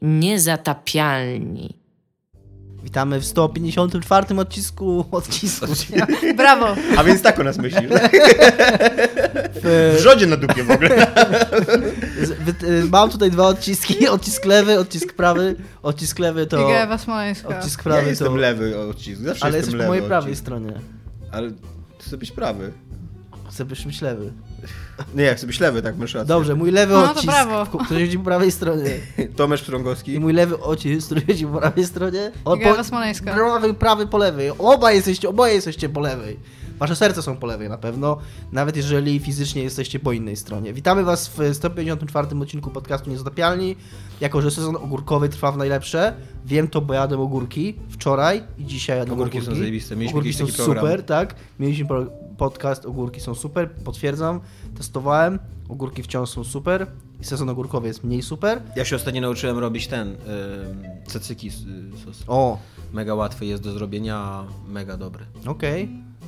Niezatapialni. Witamy w 154 odcisku. Brawo! A więc tak o nas myślisz. W wrzodzie na dupie w ogóle. Mam tutaj dwa odciski. Odcisk lewy, odcisk prawy. Odcisk lewy to... Iga Ewa Smoleńska. Odcisk prawy ja jestem to... lewy odcisk. Zawsze Ale jestem jesteś lewy po mojej odcisk. prawej stronie. Ale chcę być prawy. Chcę być lewy. Nie, chcę być lewy, tak masz rację. Dobrze, mój lewy No to odcisk, brawo. który siedzi po prawej stronie. Tomasz Pstrągowski. I mój lewy odcisk, który siedzi po prawej stronie. Iga Ewa Smoleńska. Prawy po lewej. Oboje jesteście po lewej. Wasze serca są po lewej na pewno, nawet jeżeli fizycznie jesteście po innej stronie. Witamy was w 154 odcinku podcastu Niezatapialni. Jako że sezon ogórkowy trwa w najlepsze. Wiem to, bo jadłem ogórki wczoraj i dzisiaj jadłem ogórki. Ogórki są zajebiste. Mieliśmy Ogórki są taki program. super, tak. Mieliśmy podcast, ogórki są super, potwierdzam. Testowałem, ogórki wciąż są super i sezon ogórkowy jest mniej super. Ja się ostatnio nauczyłem robić cacyki sos. O, Mega łatwy jest do zrobienia, mega dobry. okej.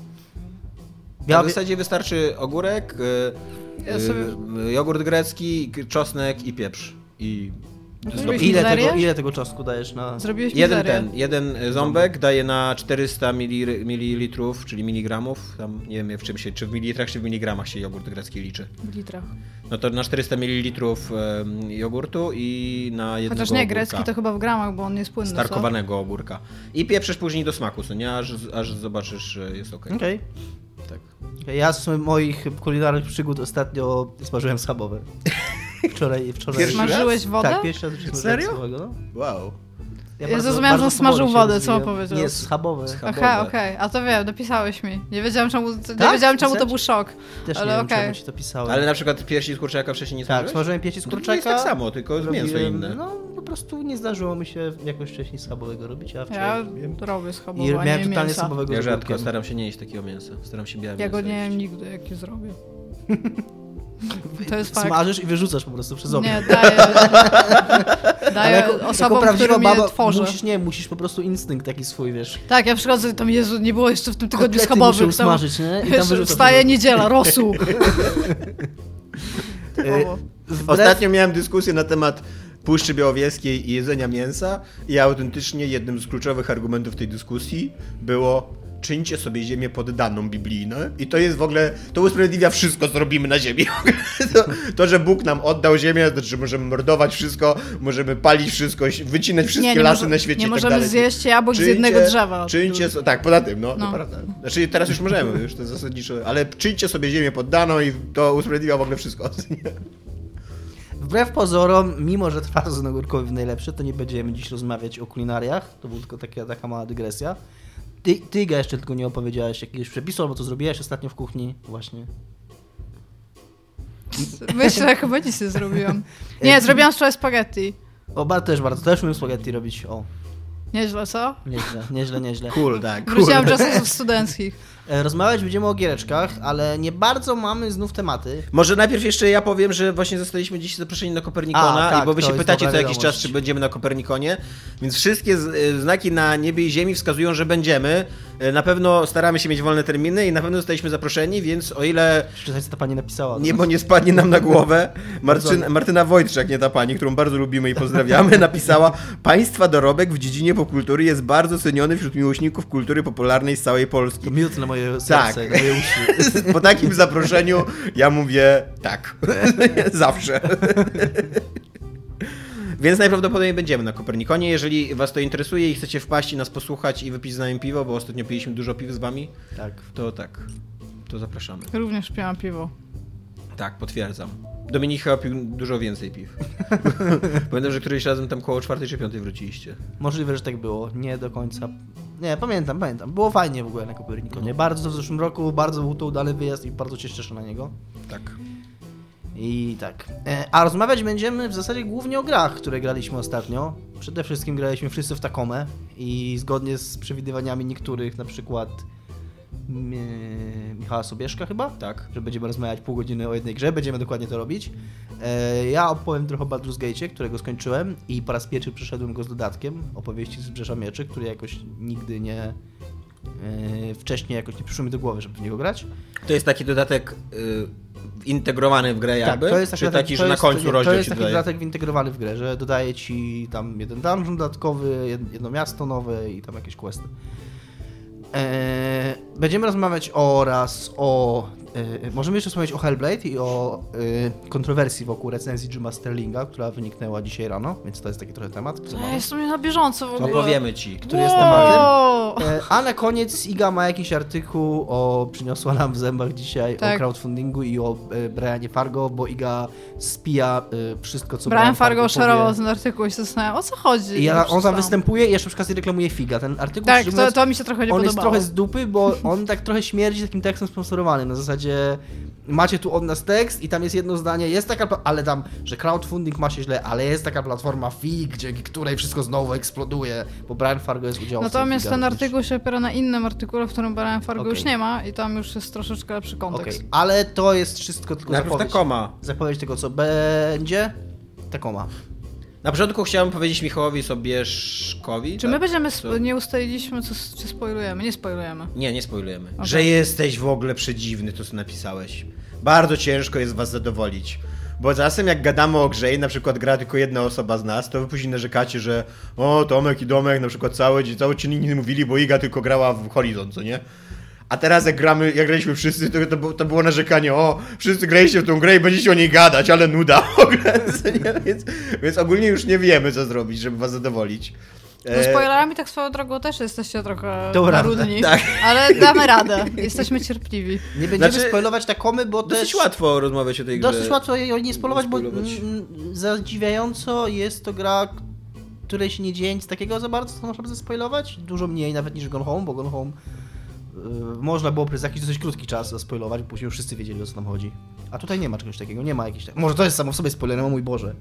W zasadzie wystarczy ogórek, jogurt grecki, czosnek i pieprz. I Zrobiłeś mizerię? Ile tego czosnku dajesz na... Zrobiłeś mizerię. jeden ząbek daje na 400 ml, czyli miligramów. Tam nie wiem w czym się, czy w mililitrach, czy w miligramach się jogurt grecki liczy. W litrach. No to na 400 ml jogurtu i na jednego Chociaż nie, ogórka. grecki to chyba w gramach, bo on jest płynny. Starkowanego ogórka. I pieprzysz później do smaku, co nie? Aż zobaczysz, że jest okej. Okej. Tak. Ja z moich kulinarnych przygód ostatnio smażyłem schabowe. Wczoraj. Pierwszy Smażyłeś wodę? Tak, pierwszy raz smażyłem Serio? schabowego, no. Wow. Ja zrozumiałam, że on smażył powoli się wodę, co rozwijam. powiedziałeś? Nie, schabowe. Aha, okej. A to wiem, dopisałeś mi. Nie wiedziałam czemu to był szok. Też Ale nie wiem, okej. czemu ci to pisałem. Ale na przykład piersi z kurczaka wcześniej nie Tak, smażyłeś? smażyłem piersi z To kurczaka. jest tak samo, tylko z mięso inne. No, po prostu nie zdarzyło mi się jakoś wcześniej schabowego robić, a Ja wczoraj robię i schabowe, a miałem nie totalnie mięsa. schabowego Ja z rzadko ogórkiem. staram się nie jeść takiego mięsa. Staram się białe Ja go mięso nie jeść. jem nigdy, jak je zrobię. To jest fakt. Smażysz i wyrzucasz po prostu przez okno. Nie, daję osobom, prawdziwa którym je baba tworzę. musisz po prostu instynkt taki swój, wiesz. Tak, ja przychodzę, tam Jezu, nie było jeszcze w tym tygodniu Kotlety schabowych. muszę Tam, usmażyć, nie? I tam wiesz, wyrzucasz wstaje po prostu. niedziela, rosół. Ostatnio miałem dyskusję na temat Puszczy Białowieskiej i jedzenia mięsa i autentycznie jednym z kluczowych argumentów tej dyskusji było: czyńcie sobie ziemię poddaną biblijną i to jest w ogóle, to usprawiedliwia wszystko, co robimy na ziemi. To, że Bóg nam oddał ziemię, znaczy, że możemy mordować wszystko, możemy palić wszystko, wycinać wszystkie lasy na świecie nie i tak możemy dalej. zjeść jabłek z jednego drzewa. Tak, poza tym, no. No. To prawda. Znaczy teraz już możemy, już to zasadniczo, ale czyńcie sobie ziemię poddaną i to usprawiedliwia w ogóle wszystko. Wbrew pozorom, mimo że trwa sezon ogórkowy w najlepszy, to nie będziemy dziś rozmawiać o kulinariach. To była tylko taka mała dygresja. Ty Iga, jeszcze tylko nie opowiedziałeś jakiegoś przepisu, albo co zrobiłaś ostatnio w kuchni właśnie. Myślę, chyba nic nie zrobiłam. Nie, zrobiłam wczoraj spaghetti. O, też umiem spaghetti robić. O, Nieźle, co? nieźle. Cool, tak. Wróciłam czasów studenckich. Rozmawiać będziemy o giereczkach, ale nie bardzo mamy znów tematy. Może najpierw jeszcze ja powiem, że właśnie zostaliśmy dziś zaproszeni na Kopernikona, Tak, bo wy to się jest pytacie co dobra jakiś wiadomość. czas, czy będziemy na Kopernikonie, więc wszystkie znaki na niebie i ziemi wskazują, że będziemy. Na pewno staramy się mieć wolne terminy i na pewno zostaliśmy zaproszeni, więc o ile Przeczytać, co ta pani napisała. niebo nie spadnie nam na głowę, Martyna Wojtczak, nie ta pani, którą bardzo lubimy i pozdrawiamy, napisała: państwa dorobek w dziedzinie popkultury jest bardzo ceniony wśród miłośników kultury popularnej z całej Polski. To miód na moje serce, Tak. na moje uszy. Po takim zaproszeniu ja mówię tak. Zawsze. Więc najprawdopodobniej będziemy na Kopernikonie. Jeżeli was to interesuje i chcecie wpaść i nas posłuchać i wypić z nami piwo, bo ostatnio piliśmy dużo piw z wami, Tak. to zapraszamy. Również piłam piwo. Tak, potwierdzam. Dominik chyba pił dużo więcej piw. Pamiętam, że któryś razem tam koło 4 czy 5 wróciliście. Możliwe, że tak było. Nie do końca. Nie, pamiętam. Było fajnie w ogóle na Kopernikonie. Bardzo w zeszłym roku, bardzo był to udany wyjazd i bardzo się cieszę na niego. Tak. I tak. A rozmawiać będziemy w zasadzie głównie o grach, które graliśmy ostatnio. Przede wszystkim graliśmy wszyscy w Takomę i zgodnie z przewidywaniami niektórych, na przykład Michała Sobieszka chyba? Tak. Że będziemy rozmawiać pół godziny o jednej grze, będziemy dokładnie to robić. Ja opowiem trochę o Baldur's Gate'cie, którego skończyłem i po raz pierwszy przeszedłem go z dodatkiem opowieści z Brzeża Mieczy, który jakoś nigdy Wcześniej jakoś nie przyszło mi do głowy, żeby w niego grać. To jest taki dodatek integrowany w grę jakby? Tak, to jest taki, czy taki, że na końcu rozdział to jest ci taki dodaje? dodatek integrowany w grę, że dodaje ci tam jeden dungeon dodatkowy, jedno miasto nowe i tam jakieś questy. Będziemy rozmawiać możemy jeszcze wspomnieć o Hellblade i o kontrowersji wokół recenzji Jima Sterlinga, która wyniknęła dzisiaj rano, więc to jest taki trochę temat. Ja jestem na bieżąco w ogóle. Opowiemy ci. Który jest tematem. A na koniec Iga ma jakiś artykuł przyniosła nam w zębach dzisiaj o crowdfundingu i o Brianie Fargo, bo Iga spija wszystko, co Brian Fargo szerował ten artykuł i się zastanawiam, o co chodzi. On tam występuje i jeszcze przy okazji reklamuje Figa. Ten artykuł, tak, to mi się trochę nie podobało. On jest trochę z dupy, bo on tak trochę śmierdzi takim tekstem sponsorowanym. Na zasadzie macie tu od nas tekst i tam jest jedno zdanie, jest taka, ale tam, że crowdfunding ma się źle, ale jest taka platforma Fig, dzięki której wszystko znowu eksploduje, bo Brian Fargo jest udziałowcem. Natomiast ten artykuł się opiera na innym artykule, w którym Brian Fargo już nie ma i tam już jest troszeczkę lepszy kontekst. Ale to jest wszystko tylko zapowiedź tego, co będzie. Takoma. Na początku chciałem powiedzieć Michałowi Sobieszkowi. Czy my będziemy, nie ustaliliśmy, czy spoilujemy? Nie spoilujemy. Nie spoilujemy. Okay. Że jesteś w ogóle przedziwny, to co napisałeś. Bardzo ciężko jest was zadowolić. Bo czasem jak gadamy o grze i na przykład gra tylko jedna osoba z nas, to wy później narzekacie, że Tomek i Domek na przykład cały dzień nie mówili, bo Iga tylko grała w Horizon, co nie? A teraz jak graliśmy wszyscy, to było narzekanie, wszyscy graliście w tą grę i będziecie o niej gadać, ale nuda w ogóle, więc ogólnie już nie wiemy, co zrobić, żeby was zadowolić. No spoilerami tak swoją drogą też jesteście trochę marudni, tak. Ale damy radę, jesteśmy cierpliwi. Nie będziemy spoilować Takomy, bo dosyć łatwo rozmawiać o tej grze. Dosyć łatwo jej nie spoilować, bo zadziwiająco jest to gra, której się nie dzieje nic takiego za bardzo, co można by zaspoilować. Dużo mniej nawet niż Gone Home, bo Gone Home można było przez jakiś dosyć krótki czas zaspoilować, bo później już wszyscy wiedzieli, o co tam chodzi. A tutaj nie ma czegoś takiego, nie ma jakichś... Może to jest samo w sobie spoilerem, o mój Boże.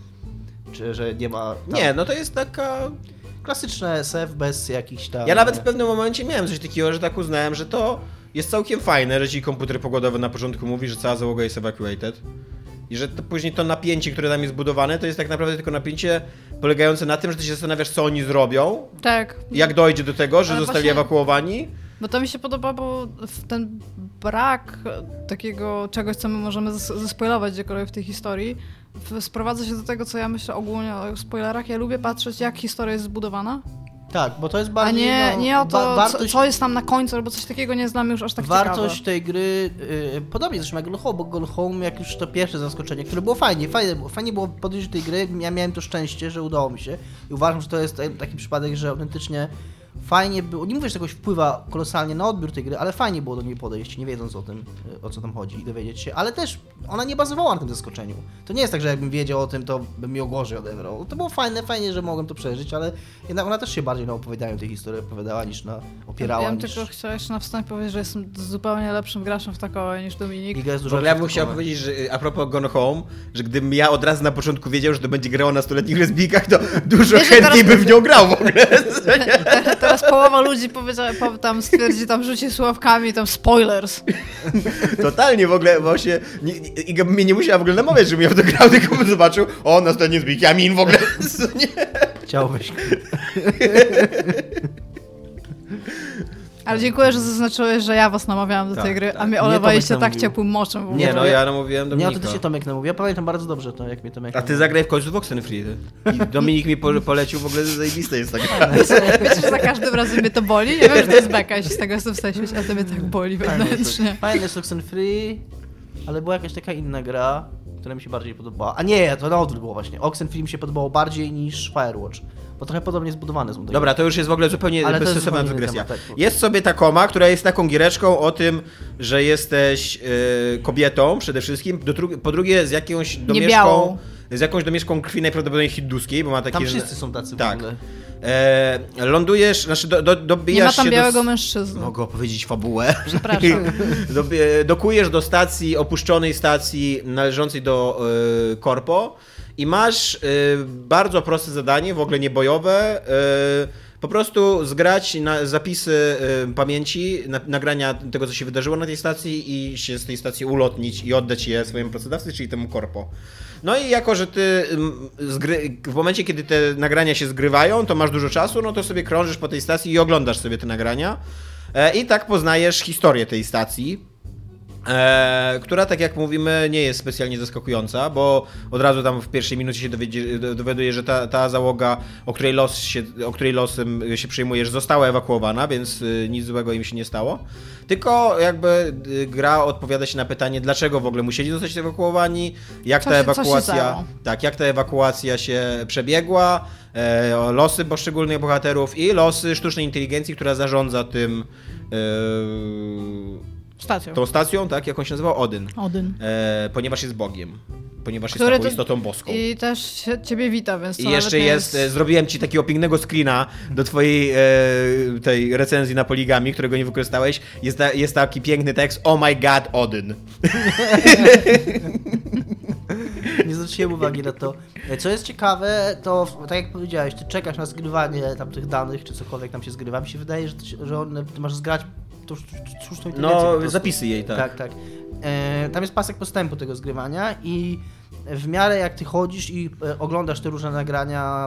Czy, że nie ma... Tam... Nie, no to jest taka... Klasyczne SF bez jakichś tam... Ja nawet w pewnym momencie miałem coś takiego, że tak uznałem, że to jest całkiem fajne, że ci komputer pogodowy na początku mówi, że cała załoga jest evacuated. I że to później to napięcie, które tam jest budowane, to jest tak naprawdę tylko napięcie polegające na tym, że ty się zastanawiasz, co oni zrobią. Tak. Jak dojdzie do tego, że ale zostali właśnie... ewakuowani. Bo to mi się podoba, bo ten brak takiego czegoś, co my możemy zaspoilować gdziekolwiek w tej historii, sprowadza się do tego, co ja myślę ogólnie o spoilerach. Ja lubię patrzeć, jak historia jest zbudowana. Tak, bo to jest bardziej... A nie o to, co jest tam na końcu, albo coś takiego nie znamy już aż tak ciekawe. Wartość tej gry, podobnie zresztą jak Gone Home, bo Gone Home, jak już to pierwsze zaskoczenie, które było fajnie było podejść do tej gry, ja miałem to szczęście, że udało mi się i uważam, że to jest taki przypadek, że autentycznie fajnie było, nie mówię, że jakoś wpływa kolosalnie na odbiór tej gry, ale fajnie było do niej podejść, nie wiedząc o tym, o co tam chodzi i dowiedzieć się, ale też ona nie bazowała na tym zaskoczeniu. To nie jest tak, że jakbym wiedział o tym, to bym mi o gorzej odebrał. To było fajnie, że mogłem to przeżyć, ale jednak ona też się bardziej na opowiadaniu tej historii opowiadała niż na opierała. Ja bym tylko chciała jeszcze na wstępie powiedzieć, że jestem zupełnie lepszym graczem w Takoe niż Dominik. Ja bym chciał powiedzieć, że a propos Gone Home, że gdybym ja od razu na początku wiedział, że to będzie grało na 100-letnich lesbijkach, to dużo chętniej bym w nią grał w ogóle. Teraz połowa ludzi tam stwierdzi, tam rzuci sławkami, tam spoilers. Totalnie w ogóle, właśnie Iga mnie nie musiała w ogóle namawiać, żebym ja w to grał, tylko bym zobaczył, na stanie z Bikiamin w ogóle. Chciałbyś. Ale dziękuję, że zaznaczyłeś, że ja was namawiałam do tej gry, a mnie olewaliście tak ciepłym moczem w ogóle. Nie, ja namówiłem Dominika. Nie, autentycznie Tomek namówił. Ja pamiętam bardzo dobrze to, jak mnie Tomek namówił. A ty zagraj w końcu w Oxenfree. I Dominik mi polecił, w ogóle zajebiste jest taka. Wiecie, że za każdym razem mnie to boli? Ja wiem, że to jest beka, jeśli z tego jestem w stanie śmieć, ale to mnie tak boli wewnętrznie. Fajne jest Oxenfree, ale była jakaś taka inna gra, która mi się bardziej podobała. A nie, to na odwrót było właśnie. Oxenfree mi się podobało bardziej niż Firewatch. Bo trochę podobnie zbudowane są. Dobra, to już jest w ogóle zupełnie bezsensowna dygresja. Tak. Jest sobie Takoma, która jest taką giereczką o tym, że jesteś kobietą przede wszystkim, po drugie z jakąś domieszką krwi najprawdopodobniej hinduskiej, bo ma takie... Tam wszyscy są tacy tak. w ogóle. Lądujesz, znaczy dobijasz nie ma tam się białego mężczyzny. Mogę opowiedzieć fabułę. Przepraszam. Dokujesz do stacji, opuszczonej stacji należącej do korpo i masz bardzo proste zadanie, w ogóle niebojowe, po prostu zgrać zapisy pamięci, nagrania tego, co się wydarzyło na tej stacji i się z tej stacji ulotnić i oddać je swojemu pracodawcy, czyli temu korpo. No i jako, że ty w momencie, kiedy te nagrania się zgrywają, to masz dużo czasu, no to sobie krążysz po tej stacji i oglądasz sobie te nagrania. I tak poznajesz historię tej stacji, która, tak jak mówimy, nie jest specjalnie zaskakująca, bo od razu tam w pierwszej minucie się dowiaduje, że ta załoga, o której losem się przejmujesz, została ewakuowana, więc nic złego im się nie stało. Tylko jakby gra odpowiada się na pytanie, dlaczego w ogóle musieli zostać ewakuowani, jak ta ewakuacja się przebiegła, losy poszczególnych bohaterów i losy sztucznej inteligencji, która zarządza tym... Tą stacją, tak? Jak on się nazywał? Odyn. Ponieważ jest Bogiem. Ponieważ jest taką istotą boską. I też ciebie wita, więc to i jeszcze jest... Zrobiłem ci takiego pięknego screena do twojej tej recenzji na Poligami, którego nie wykorzystałeś. Jest taki piękny tekst: Oh my god, Odyn. Nie zwróciłem uwagi na to. Co jest ciekawe, to tak jak powiedziałeś, ty czekasz na zgrywanie tam tych danych, czy cokolwiek tam się zgrywa. Mi się wydaje, że ty masz zgrać tą sztuczną inteligencję. No, zapisy jej, tak. Tak. Tam jest pasek postępu tego zgrywania i w miarę jak ty chodzisz i oglądasz te różne nagrania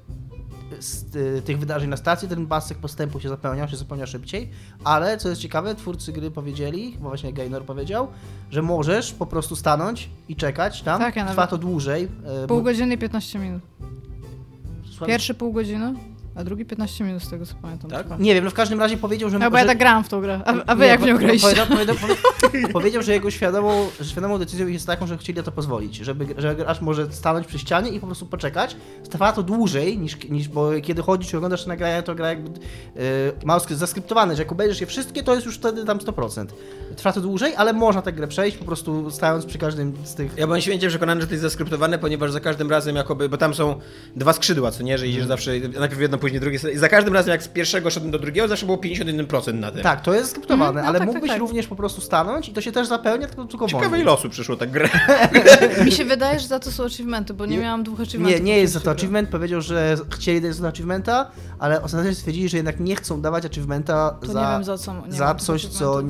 z tych wydarzeń na stacji, ten pasek postępu się zapełnia szybciej, ale co jest ciekawe, twórcy gry powiedzieli, bo właśnie Gaynor powiedział, że możesz po prostu stanąć i czekać tam, tak, trwa to dłużej. Pół godziny i 15 minut. Słucham? Pierwszy pół godziny, a drugi 15 minut z tego co pamiętam. Tak? Nie wiem, no w każdym razie powiedział, że... Bo ja tak grałam w tą grę, a wy jak w nią graliście? Powiedział, że jego świadomą decyzją jest taką, że chcieli na to pozwolić, że gracz może stanąć przy ścianie i po prostu poczekać. Trwa to dłużej niż bo kiedy chodzisz i oglądasz nagrania, to gra jakby ma zaskryptowane, że jak obejrzysz je wszystkie, to jest już wtedy tam 100%. Trwa to dłużej, ale można tę grę przejść, po prostu stając przy każdym z tych... Ja byłem święcie przekonany, że to jest zaskryptowane, ponieważ za każdym razem jakoby, bo tam są dwa skrzydła, co nie, że idziesz zawsze, najpierw jedno, później drugie, i za każdym razem jak z pierwszego szedłem do drugiego, zawsze było 51% na tym. Tak, to jest skryptowane, ale mógłbyś również po prostu stanąć i to się też zapełnia, tylko ciekawej losu przyszło tak grę. Mi się wydaje, że za to są achievementy, bo nie miałam 2 achievementów. Nie jest za to achievement, powiedział, że chcieli dać za to achievementa, ale ostatecznie stwierdzili, że jednak nie chcą dawać achievementa za coś,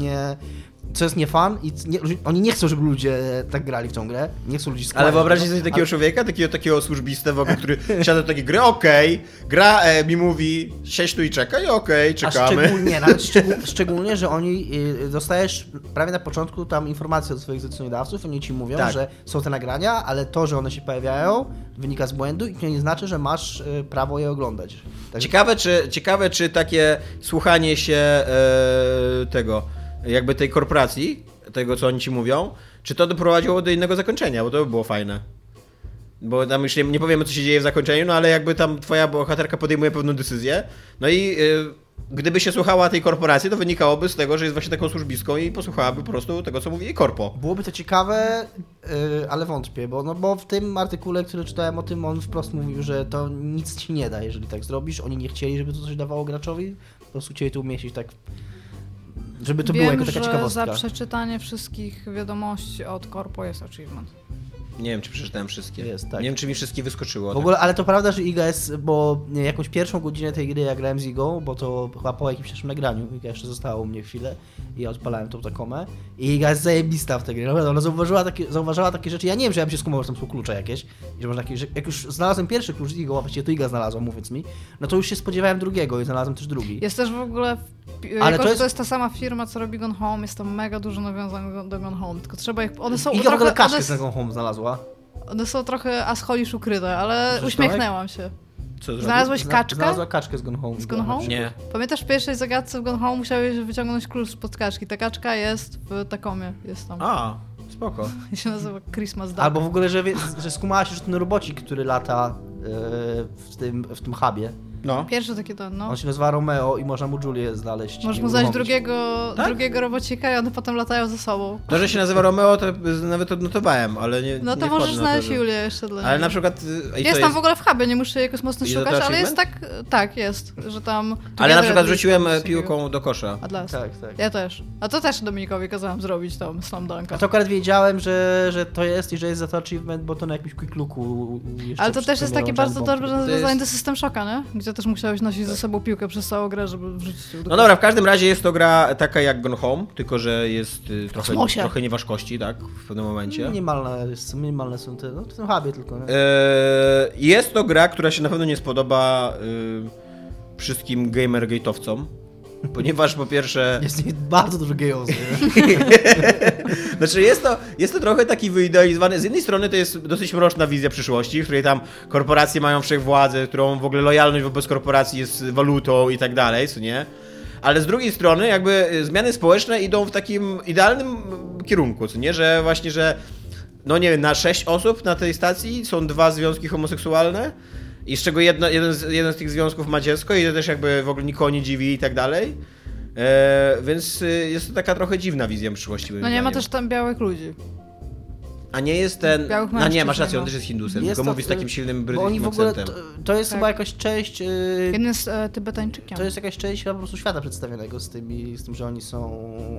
co jest nie fan i oni nie chcą, żeby ludzie tak grali w tą grę, nie chcą ludzi składać. Ale wyobraźcie sobie takiego człowieka, takiego służbistę, który siada do takiej gry, gra mi mówi, siedź tu i czekaj, czekamy. Szczególnie, że oni dostajesz prawie na początku tam informacje od swoich zleceniodawców, oni ci mówią, że są te nagrania, ale to, że one się pojawiają, wynika z błędu i to nie znaczy, że masz prawo je oglądać. Tak. Ciekawe, czy takie słuchanie się jakby tej korporacji, tego co oni ci mówią, czy to doprowadziło do innego zakończenia, bo to by było fajne. Bo tam już nie powiemy, co się dzieje w zakończeniu, no ale jakby tam twoja bohaterka podejmuje pewną decyzję, no i gdyby się słuchała tej korporacji, to wynikałoby z tego, że jest właśnie taką służbiską i posłuchałaby po prostu tego, co mówi jej korpo. Byłoby to ciekawe, ale wątpię, bo w tym artykule, który czytałem o tym, on wprost mówił, że to nic ci nie da, jeżeli tak zrobisz. Oni nie chcieli, żeby to coś dawało graczowi, po prostu chcieli to umieścić tak... Żeby to było jako taka ciekawostka. Za przeczytanie wszystkich wiadomości od korpo jest achievement. Nie wiem, czy przeczytałem wszystkie. Jest, tak. Nie wiem, czy mi wszystkie wyskoczyło. W ogóle, ale to prawda, że Iga jest, bo jakąś pierwszą godzinę tej gry ja grałem z Igą, bo to chyba po jakimś naszym nagraniu, Iga jeszcze została u mnie chwilę i ja odpalałem tą takomę i Iga jest zajebista w tej grze. Ona zauważyła takie rzeczy, ja nie wiem, że ja bym się skumał, że tam są klucze jakieś, że można jakieś, jak już znalazłem pierwszy klucz z Igą, a właściwie to Iga znalazła, mówiąc mi, no to już się spodziewałem drugiego i znalazłem też drugi. Jest też w ogóle, to jest ta sama firma, co robi Gone Home, jest tam mega dużo nawiązań do Gone Home, tylko trzeba one są Iga w ogóle kaczkę z Gone Home znalazła. One są trochę ascholisz ukryte, ale uśmiechnęłam się. Co znalazłeś kaczkę? Znalazła kaczkę z Gone Home. Z Gone Home? Nie. Pamiętasz w pierwszej zagadce w Gone Home musiałeś wyciągnąć klucz spod kaczki. Ta kaczka jest w Takomie, jest tam. A, spoko. I się nazywa Christmas Duck. Albo w ogóle, że skumałaś już ten robocik, który lata w tym hubie. No. Pierwszy taki ten, no. On się nazywa Romeo i można mu Julię znaleźć. Możesz mu znaleźć drugiego robocika i one potem latają ze sobą. To, że się nazywa Romeo, to nawet odnotowałem, ale nie. No to nie możesz znaleźć Julię jeszcze dla niej. Ale na przykład. Jest tam w ogóle w hubie, nie muszę jakoś mocno szukać, ale jest tak, jest, że tam. Ale na przykład rzuciłem piłką do kosza. Atlas. Tak. Ja też. A to też Dominikowi kazałem zrobić tam Slam Dunka. A to akurat wiedziałem, że to jest i że jest za to achievement, bo to na jakimś quick looku jeszcze. Ale to też jest takie bardzo dobre nawiązanie do System Shocka, nie? Gdzie też musiałeś nosić ze sobą piłkę przez całą grę, żeby wrzucić ją do No dobra, w każdym razie jest to gra taka jak Gone Home, tylko że jest trochę nieważkości, tak, w pewnym momencie. Minimalne są te, no w tym hubie tylko. Nie? Jest to gra, która się na pewno nie spodoba wszystkim gamergate'owcom. ponieważ po pierwsze... Jest w niej bardzo dużo gejów. Znaczy jest to trochę taki wyidealizowany, z jednej strony to jest dosyć mroczna wizja przyszłości, w której tam korporacje mają wszechwładzę, którą w ogóle lojalność wobec korporacji jest walutą i tak dalej, co nie? Ale z drugiej strony jakby zmiany społeczne idą w takim idealnym kierunku, co nie? Że właśnie, że no nie wiem, na 6 osób na tej stacji są 2 związki homoseksualne i z czego jeden z tych związków ma dziecko i to też jakby w ogóle nikogo nie dziwi i tak dalej. Więc jest to taka trochę dziwna wizja przyszłości. No nie ma też tam białych ludzi. A nie jest ten... Białych No nie, masz mężczyzn rację, on nie ma. też jest Hindusem, Jest tylko to mówi z takim silnym Bo oni brytyjskim w ogóle, akcentem. to jest Tak. chyba jakaś część... Jeden jest Tybetańczykiem. To jest jakaś część chyba po prostu świata przedstawionego z tym, że oni są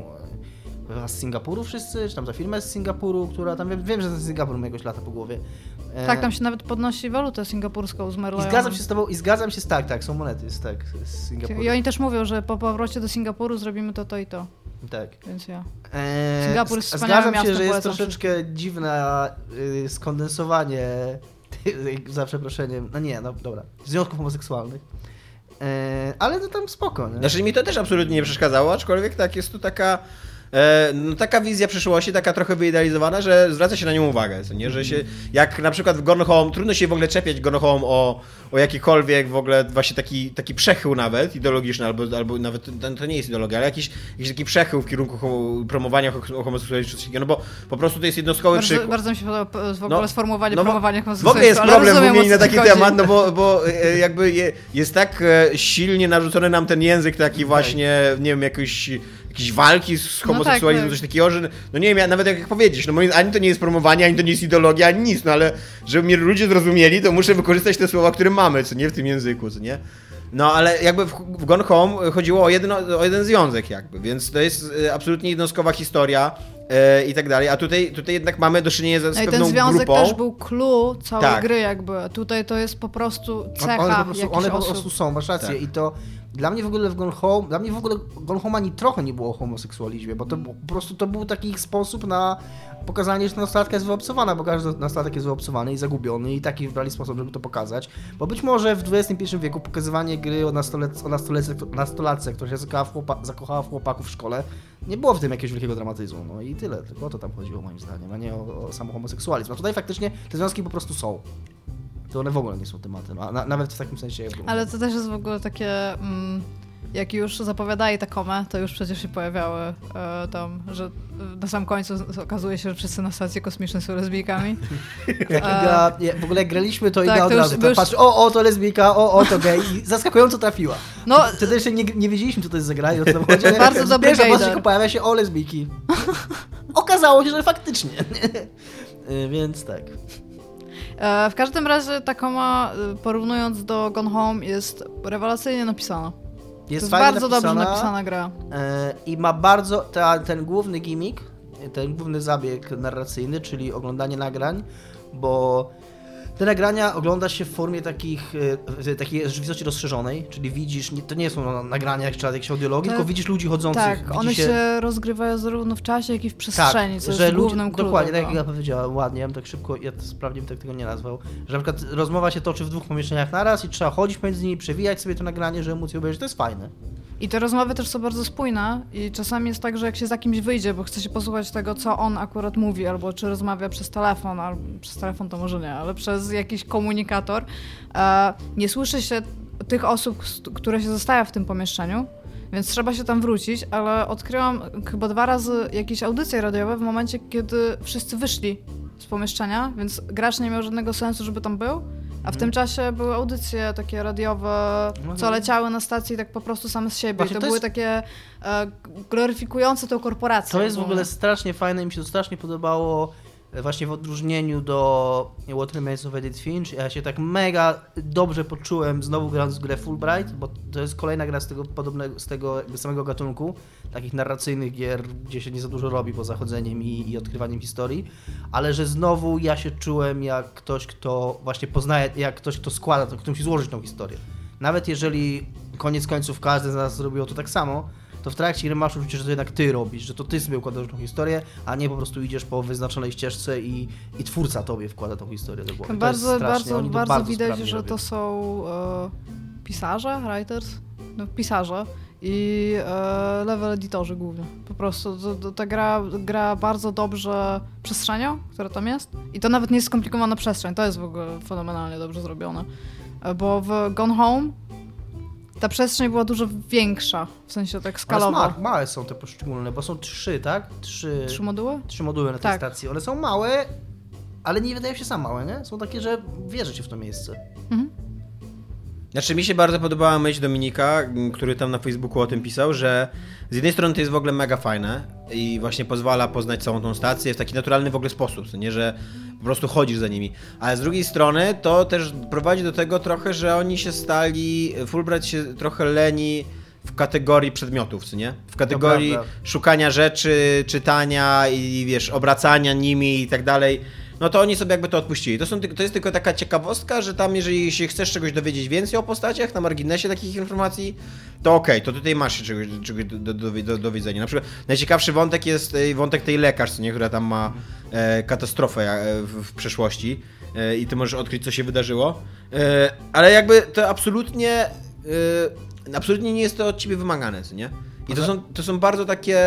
z Singapuru wszyscy, czy tam ta firma jest z Singapuru, która tam, wiem, że ten Singapur ma jakoś lata po głowie. Tak, tam się nawet podnosi walutę singapurską z I Merlion. zgadzam się z tobą, tak, są monety z Singapuru. I oni też mówią, że po powrocie do Singapuru zrobimy to i to. Tak. Więc ja. Singapur jest wspaniałym Zgadzam się, miastem, że jest polecam troszeczkę dziwne skondensowanie, za przeproszeniem, dobra, związków homoseksualnych. Ale to tam spoko, nie? Znaczy mi to też absolutnie nie przeszkadzało, aczkolwiek tak jest tu taka... taka wizja przyszłości, taka trochę wyidealizowana, że zwraca się na nią uwagę, co nie? Że się, jak na przykład w Gone Home, trudno się w ogóle czepiać Gone Home o jakikolwiek w ogóle właśnie taki przechył nawet ideologiczny, albo nawet to nie jest ideologia, ale jakiś taki przechył w kierunku promowania homoseksualizmu, no bo po prostu to jest jednostkowy przykład. Bardzo mi się podoba w ogóle sformułowanie promowania W homoseksualizmu. ogóle jest problem rozumiem, mówienia na taki chodzi. temat, no bo jakby jest tak silnie narzucony nam ten język taki właśnie, nie wiem, jakiejś walki z homoseksualizmem, coś takiego, że no nie wiem, nawet jak powiedzieć, no ani to nie jest promowanie, ani to nie jest ideologia, ani nic, no ale żeby mnie ludzie zrozumieli, to muszę wykorzystać te słowa, które mamy, co nie, w tym języku, co nie? No ale jakby w Gone Home chodziło o jeden związek jakby, więc to jest absolutnie jednostkowa historia i tak dalej, a tutaj jednak mamy do czynienia z pewną grupą. I ten związek też był clue całej Tak. gry jakby, tutaj to jest po prostu cecha one po prostu są, masz rację Tak. i to dla mnie w ogóle Gone Home ani trochę nie było o homoseksualizmie, bo to po prostu to był taki sposób na pokazanie, że nastolatka jest wyobcowana, bo każdy nastolatek jest wyobcowany i zagubiony i taki wybrali sposób, żeby to pokazać, bo być może w XXI wieku pokazywanie gry o nastolatce, która się zakochała w chłopaku w szkole, nie było w tym jakiegoś wielkiego dramatyzmu, no i tyle, tylko o to tam chodziło moim zdaniem, a nie o sam homoseksualizm. A tutaj faktycznie te związki po prostu są. To one w ogóle nie są tematem, a nawet w takim sensie... Ale to też jest w ogóle takie, jak już zapowiadali Takomę, to już przecież się pojawiały tam, że na sam końcu okazuje się, że wszyscy na stacji kosmicznej są lesbijkami. W ogóle jak graliśmy, to Tak, Iga od to już- razu to już- patrzy, to lesbijka, to gej i zaskakująco trafiła. No, Wtedy jeszcze nie wiedzieliśmy, co to jest za gra i o co tam chodzi. Bardzo dobry Pierwsza gejder. postać, tylko pojawia się, lesbijki. Okazało się, że faktycznie. Więc tak. w każdym razie Takoma, porównując do Gone Home, jest rewelacyjnie napisana. To jest fajnie bardzo dobrze napisana gra. I ma bardzo ten główny gimmick, ten główny zabieg narracyjny, czyli oglądanie nagrań, bo te nagrania ogląda się w formie takiej rzeczywistości rozszerzonej, czyli widzisz, to nie są nagrania jak jakieś audiologii, Tak. tylko widzisz ludzi chodzących. Tak, widzi one się rozgrywają zarówno w czasie, jak i w przestrzeni, co że jest głównym kluczem. dokładnie, tak jak ja powiedziałem, ładnie, ja bym tak szybko, ja sprawdziłem, tak tego nie nazwał, że na przykład rozmowa się toczy w 2 pomieszczeniach naraz i trzeba chodzić pomiędzy nimi, przewijać sobie to nagranie, żeby móc je obejrzeć, to jest fajne. I te rozmowy też są bardzo spójne i czasami jest tak, że jak się za kimś wyjdzie, bo chce się posłuchać tego, co on akurat mówi, albo czy rozmawia przez telefon, albo przez telefon to może nie, ale przez jakiś komunikator, nie słyszy się tych osób, które się zostawia w tym pomieszczeniu, więc trzeba się tam wrócić, ale odkryłam chyba 2 razy jakieś audycje radiowe w momencie, kiedy wszyscy wyszli z pomieszczenia, więc gracz nie miał żadnego sensu, żeby tam był. A w tym czasie były audycje takie radiowe, co leciały na stacji tak po prostu same z siebie. Właśnie I to to były jest- takie gloryfikujące tę korporację. To jest w ogólnie. ogóle strasznie fajne i mi się to strasznie podobało właśnie w odróżnieniu do What Remains of Edith Finch. Ja się tak mega dobrze poczułem znowu grając w grę Fulbright, bo to jest kolejna gra z tego jakby samego gatunku, takich narracyjnych gier, gdzie się nie za dużo robi poza chodzeniem i odkrywaniem historii, ale że znowu ja się czułem jak ktoś, kto właśnie poznaje, jak ktoś, kto składa, kto musi złożyć tą historię. Nawet jeżeli koniec końców każdy z nas zrobił to tak samo, to w trakcie gry masz uczucie, że to jednak ty robisz, że to ty sobie układasz tą historię, a nie po prostu idziesz po wyznaczonej ścieżce i twórca tobie wkłada tą historię do głowy. To jest strasznie, oni to bardzo widać, sprawnie że robią. to są pisarze, writers, no pisarze i level editorzy głównie. Po prostu ta gra bardzo dobrze przestrzenią, która tam jest. I to nawet nie jest skomplikowana przestrzeń, to jest w ogóle fenomenalnie dobrze zrobione. Bo w Gone Home ta przestrzeń była dużo większa, w sensie tak skalowo. Małe są te poszczególne, bo są 3, tak? 3 moduły? 3 moduły na tej stacji. One są małe, ale nie wydają się sam małe, nie? Są takie, że wierzycie w to miejsce. Mhm. Znaczy mi się bardzo podobała myśl Dominika, który tam na Facebooku o tym pisał, że z jednej strony to jest w ogóle mega fajne i właśnie pozwala poznać całą tą stację w taki naturalny w ogóle sposób, nie, że po prostu chodzisz za nimi, ale z drugiej strony to też prowadzi do tego trochę, że oni się stali, Fulbright się trochę leni w kategorii przedmiotów, co nie? W kategorii szukania rzeczy, czytania i wiesz, obracania nimi i tak dalej. No to oni sobie jakby to odpuścili. To jest tylko taka ciekawostka, że tam jeżeli się chcesz czegoś dowiedzieć więcej o postaciach, na marginesie takich informacji, to okej, to tutaj masz czegoś do widzenia. Na przykład najciekawszy wątek jest wątek tej lekarz, co nie, która tam ma katastrofę w przeszłości i ty możesz odkryć, co się wydarzyło. Ale jakby to absolutnie nie jest to od ciebie wymagane, co nie? I to są bardzo takie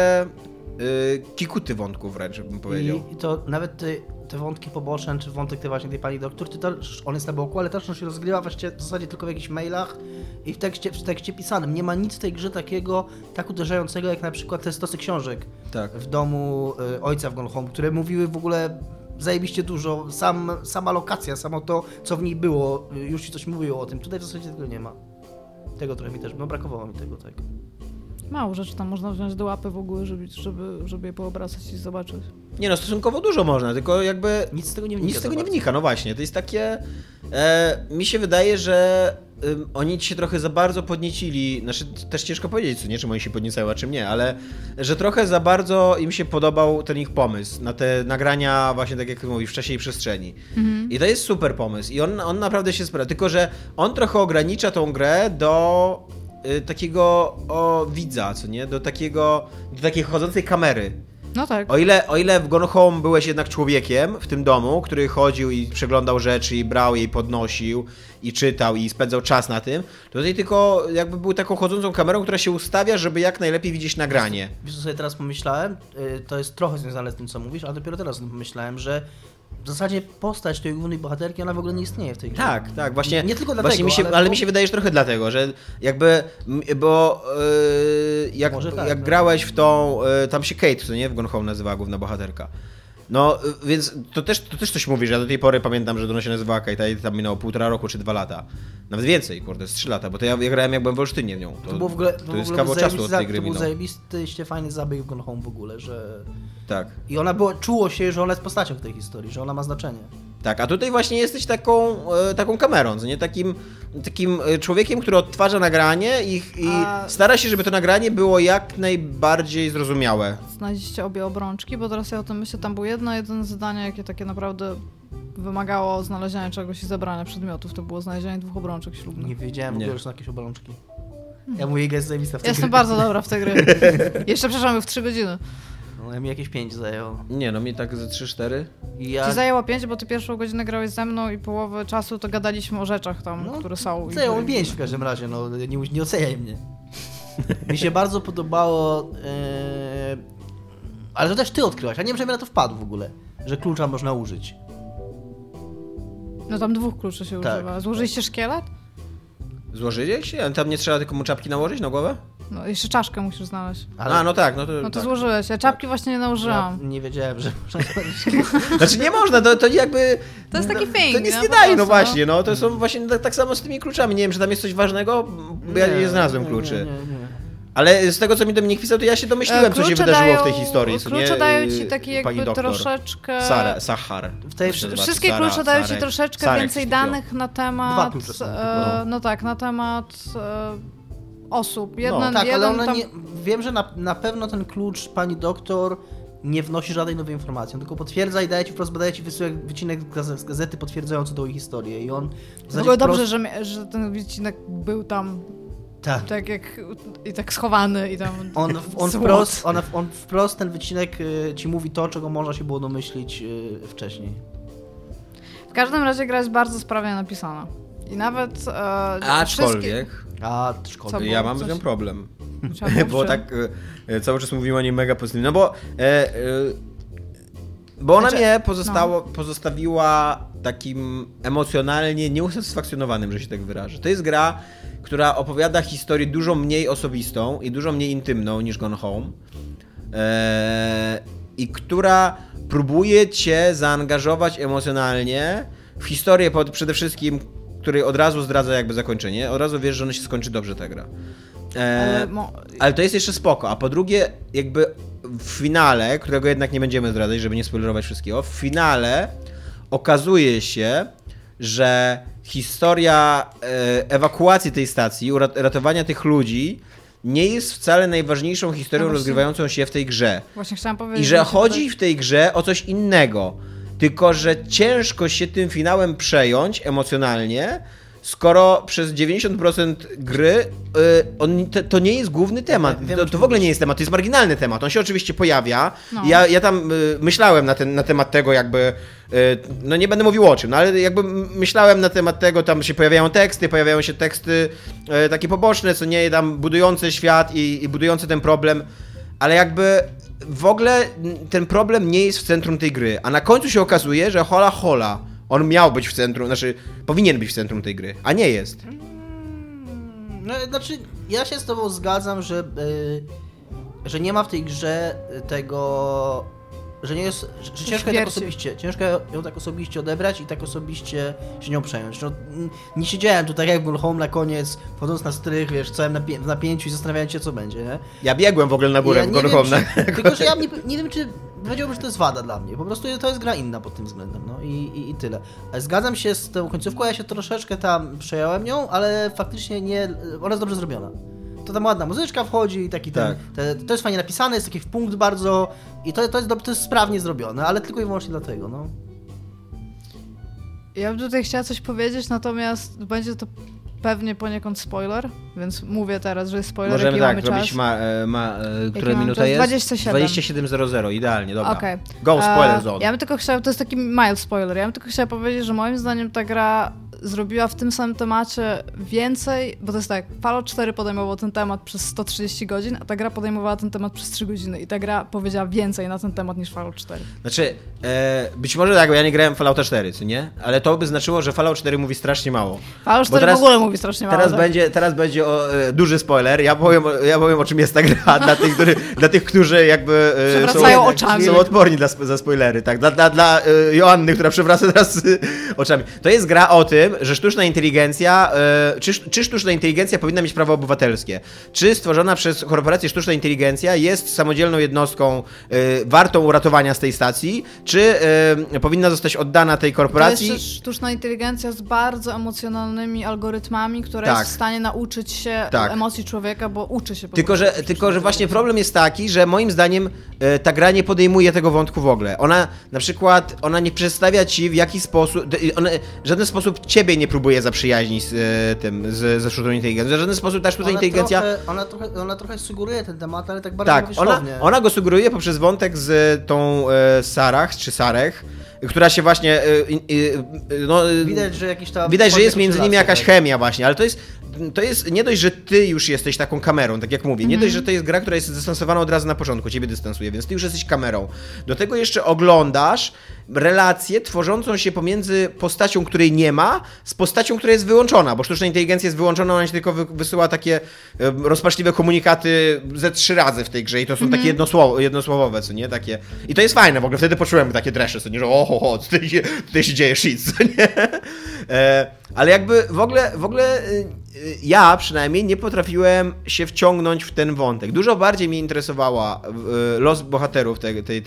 kikuty wątków wręcz, bym powiedział. I to nawet te wątki poboczne, czy wątek tej pani doktor, on jest na boku, ale też on się rozgrywa właściwie w zasadzie tylko w jakichś mailach i w tekście pisanym. Nie ma nic w tej grze takiego, tak uderzającego, jak na przykład te stosy książek w domu ojca w Gone Home, które mówiły w ogóle zajebiście dużo, sama lokacja, samo to, co w niej było, już ci coś mówiło o tym. Tutaj w zasadzie tego nie ma. Tego trochę mi też, brakowało mi tego, tak. Mało rzeczy tam można wziąć do łapy w ogóle, żeby je poobracać i zobaczyć. Nie no, stosunkowo dużo można, tylko jakby nic z tego nie wynika, no właśnie, to jest takie, mi się wydaje, że oni się trochę za bardzo podniecili, znaczy też ciężko powiedzieć, co nie, czym oni się podniecają, a czym nie, ale że trochę za bardzo im się podobał ten ich pomysł na te nagrania właśnie tak jak mówisz, w czasie i przestrzeni. Mhm. I to jest super pomysł i on naprawdę się sprawdza, tylko że on trochę ogranicza tą grę do takiego widza, co nie? Do takiej chodzącej kamery. No tak. O ile w Gone Home byłeś jednak człowiekiem w tym domu, który chodził i przeglądał rzeczy i brał je i podnosił i czytał i spędzał czas na tym, to tutaj tylko jakby był taką chodzącą kamerą, która się ustawia, żeby jak najlepiej widzieć nagranie. Wiesz co sobie teraz pomyślałem? To jest trochę związane z tym, co mówisz, ale dopiero teraz o tym pomyślałem, że w zasadzie postać tej głównej bohaterki, ona w ogóle nie istnieje w tej grze. Tak, właśnie. Nie tylko dlatego, ale mi się wydaje, że trochę dlatego, że jakby, bo jak grałeś w tą, tam się Kate, co nie, w Gone Home nazywała główna bohaterka. No, więc to też coś mówi, że ja do tej pory pamiętam, że ona się nazywała Kate, i tam minęło 1,5 roku czy 2 lata. Nawet więcej, kurde, z 3 lata, bo to ja grałem jak byłem w Olsztynie w nią. To jest kawał czasu od tej gry minął. To był zajebisty, fajny zabieg w Gone Home w ogóle, że... Tak. I ona czuło się, że ona jest postacią w tej historii, że ona ma znaczenie. Tak, a tutaj właśnie jesteś taką kamerą, nie? Takim człowiekiem, który odtwarza nagranie i stara się, żeby to nagranie było jak najbardziej zrozumiałe. Znaleźliście obie obrączki, bo teraz ja o tym myślę, tam było jedno zadanie, jakie takie naprawdę wymagało znalezienia czegoś i zebrania przedmiotów, to było znalezienie 2 obrączek ślubnych. Nie wiedziałem, że są jakieś obrączki. Ja mówię, jest zajebista w tej Jestem bardzo dobra w tej gry. Jeszcze przeszłam w 3 godziny. No, mi jakieś 5 zajęło. Nie, no mi tak ze 3-4. Ci zajęło 5, bo ty pierwszą godzinę grałeś ze mną i połowę czasu to gadaliśmy o rzeczach tam, które są. Zajęło mi 5 w każdym razie, no nie oceniaj mnie. Mi się bardzo podobało, ale to też ty odkryłaś, a nie wiem, żebym na to wpadł w ogóle, że klucza można użyć. No tam 2 kluczy się używa. Złożyliście szkielet? Złożyliście? A tam nie trzeba tylko mu czapki nałożyć na głowę? No jeszcze czaszkę musisz znaleźć. No tak. No to tak. Złożyłeś, ja czapki właśnie nie nałożyłam. Ja nie wiedziałem, że można. Znaczy nie można, to jakby... To jest taki thing. To nic nie daje, no właśnie, no to są właśnie tak samo z tymi kluczami. Nie wiem, czy tam jest coś ważnego, bo ja nie znalazłem kluczy. Nie. Ale z tego, co mi Dominik pisał, to ja się domyśliłem, co się wydarzyło w tej historii. Klucze dają ci taki jakby troszeczkę... Sachar. Wszystkie klucze dają ci troszeczkę więcej danych na temat... 2 klucze są. No tak, na temat... osób. Ale ona nie... Wiem, że na pewno ten klucz pani doktor nie wnosi żadnej nowej informacji, on tylko potwierdza i daje ci wycinek z gazety potwierdzający tą historię i on... W ogóle dobrze, że ten wycinek był tam tak jak i tak schowany i tam... On wprost ten wycinek ci mówi to, czego można się było domyślić wcześniej. W każdym razie gra jest bardzo sprawnie napisana. I nawet... Aczkolwiek... Ja mam z nią problem. Bo tak cały czas mówimy o niej mega pozytywnie. No bo ona mnie pozostawiła takim emocjonalnie nieusatysfakcjonowanym, że się tak wyrażę. To jest gra, która opowiada historię dużo mniej osobistą i dużo mniej intymną niż Gone Home. I która próbuje cię zaangażować emocjonalnie w historię przede wszystkim, której od razu zdradza jakby zakończenie. Od razu wiesz, że ona się skończy dobrze, ta gra. Ale to jest jeszcze spoko. A po drugie, jakby w finale, którego jednak nie będziemy zdradzać, żeby nie spoilerować wszystkiego, w finale okazuje się, że historia ewakuacji tej stacji, ratowania tych ludzi nie jest wcale najważniejszą historią rozgrywającą się w tej grze. Właśnie chciałam powiedzieć. I że chodzi w tej grze o coś innego. Tylko że ciężko się tym finałem przejąć emocjonalnie, skoro przez 90% gry to nie jest główny temat. To w ogóle nie jest temat, to jest marginalny temat. On się oczywiście pojawia. No. Ja tam myślałem na temat tego jakby, no nie będę mówił o czym, no ale jakby myślałem na temat tego, tam się pojawiają się teksty takie poboczne, co nie, tam budujące świat i budujące ten problem, ale jakby w ogóle ten problem nie jest w centrum tej gry, a na końcu się okazuje, że hola, on miał być w centrum, znaczy powinien być w centrum tej gry, a nie jest. No, znaczy, ja się z tobą zgadzam, że nie ma w tej grze tego, że nie jest, że ciężko ją tak osobiście odebrać i tak osobiście się nią przejąć. No, nie siedziałem tu tak jak w Gone Home na koniec, wchodząc na strych, wiesz, całym w napięciu i zastanawiając się, co będzie, nie? Ja biegłem w ogóle na górę w Gone Home. Tylko, że ja nie wiem, czy powiedziałbym, że to jest wada dla mnie. Po prostu to jest gra inna pod tym względem, no i tyle. Zgadzam się z tą końcówką, ja się troszeczkę tam przejąłem nią, ale faktycznie nie, ona jest dobrze zrobiona. To tam ładna muzyczka wchodzi i taki tak. To jest fajnie napisane, jest taki w punkt bardzo i to jest sprawnie zrobione, ale tylko i wyłącznie dlatego, no. Ja bym tutaj chciała coś powiedzieć, natomiast będzie to pewnie poniekąd spoiler, więc mówię teraz, że jest spoiler. Możemy jaki tak robić, która minuta jest? 27. 27:00, idealnie, dobra. Okay. Go, spoiler zone. Ja bym tylko chciała, to jest taki mild spoiler, ja bym tylko chciała powiedzieć, że moim zdaniem ta gra zrobiła w tym samym temacie więcej, bo to jest tak, Fallout 4 podejmował ten temat przez 130 godzin, a ta gra podejmowała ten temat przez 3 godziny i ta gra powiedziała więcej na ten temat niż Fallout 4. Znaczy, być może tak, bo ja nie grałem w Fallouta 4, co nie? Ale to by znaczyło, że Fallout 4 mówi strasznie mało. Fallout 4 teraz, w ogóle mówi strasznie mało. Teraz będzie duży spoiler, ja powiem o czym jest ta gra dla tych, którzy jakby są odporni za spoilery, tak? Dla Joanny, która przewraca teraz oczami. To jest gra o tym, że sztuczna inteligencja, czy sztuczna inteligencja powinna mieć prawa obywatelskie? Czy stworzona przez korporację sztuczna inteligencja jest samodzielną jednostką wartą uratowania z tej stacji? Czy powinna zostać oddana tej korporacji? To jest sztuczna inteligencja z bardzo emocjonalnymi algorytmami, która jest w stanie nauczyć się emocji człowieka, bo uczy się. Tylko, że właśnie problem jest taki, że moim zdaniem ta gra nie podejmuje tego wątku w ogóle. Ona na przykład, nie przedstawia ci w jaki sposób, w żaden sposób ciebie nie próbuje zaprzyjaźnić ze sztuczną inteligencją. W żaden sposób ta sztuczna inteligencja... Ona trochę sugeruje ten temat, ale tak bardzo powierzchownie. Ona go sugeruje poprzez wątek z tą Sarah, która się właśnie... widać, że jakiś tam... Widać, że jest między nimi jakaś chemia właśnie, ale to jest nie dość, że ty już jesteś taką kamerą, tak jak mówię, nie dość, że to jest gra, która jest zdystansowana od razu na początku, ciebie dystansuje, więc ty już jesteś kamerą. Do tego jeszcze oglądasz relację tworzącą się pomiędzy postacią, której nie ma, z postacią, która jest wyłączona, bo sztuczna inteligencja jest wyłączona, ona się tylko wysyła takie rozpaczliwe komunikaty ze 3 razy w tej grze i to są takie jednosłowowe, co nie? Takie. I to jest fajne, w ogóle wtedy poczułem takie dresze, co nie, że tutaj się dzieje shit, co nie? Ale jakby w ogóle ja przynajmniej nie potrafiłem się wciągnąć w ten wątek. Dużo bardziej mnie interesowała los bohaterów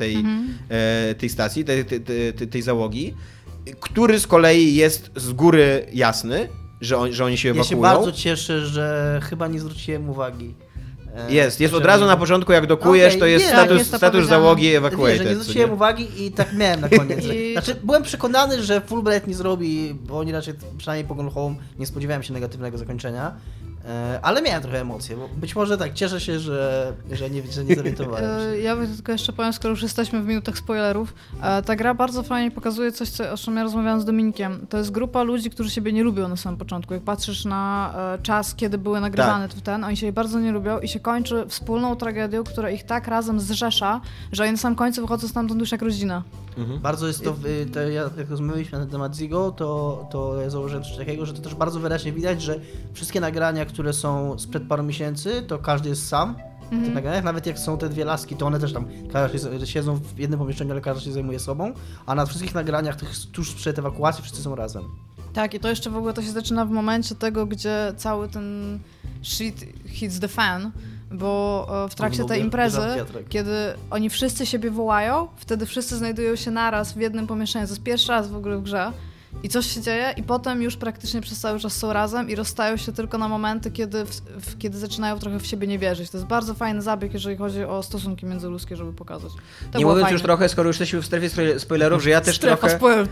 tej stacji, tej załogi, który z kolei jest z góry jasny, że oni się ewakuują. Ja się bardzo cieszę, że chyba nie zwróciłem uwagi. Jest od razu na początku, jak dokujesz, to jest status załogi evacuated. Wiesz, nie zwróciłem uwagi i tak miałem na koniec. Znaczy, byłem przekonany, że Fulbright nie zrobi, bo oni raczej, przynajmniej po Gone Home, nie spodziewałem się negatywnego zakończenia. Ale miałem trochę emocje, bo być może tak, cieszę się, że nie zorientowałem się. Ja tylko jeszcze powiem, skoro już jesteśmy w minutach spoilerów, ta gra bardzo fajnie pokazuje coś, o czym ja rozmawiałam z Dominikiem. To jest grupa ludzi, którzy siebie nie lubią na samym początku. Jak patrzysz na czas, kiedy były nagrywane oni siebie bardzo nie lubią i się kończy wspólną tragedią, która ich tak razem zrzesza, że oni na samym końcu wychodzą stamtąd już jak rodzina. Bardzo jest to jak rozmawialiśmy na temat Zigo, to ja założyłem coś takiego, że to też bardzo wyraźnie widać, że wszystkie nagrania, które są sprzed paru miesięcy, to każdy jest sam w tych nagraniach, nawet jak są te dwie laski, to one też tam siedzą w jednym pomieszczeniu, ale każdy się zajmuje sobą, a na wszystkich nagraniach tych tuż przed ewakuacją wszyscy są razem. Tak, i to jeszcze w ogóle to się zaczyna w momencie tego, gdzie cały ten shit hits the fan, bo w trakcie tej imprezy, kiedy oni wszyscy siebie wołają, wtedy wszyscy znajdują się naraz w jednym pomieszczeniu. To jest pierwszy raz w ogóle w grze. I coś się dzieje i potem już praktycznie przez cały czas są razem i rozstają się tylko na momenty, kiedy zaczynają trochę w siebie nie wierzyć. To jest bardzo fajny zabieg, jeżeli chodzi o stosunki międzyludzkie, żeby pokazać. To nie mówiąc fajne. już trochę, skoro już jesteśmy w strefie spoilerów, że ja też Strefa trochę... spoiler.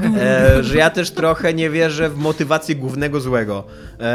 Że ja też trochę nie wierzę w motywację głównego złego.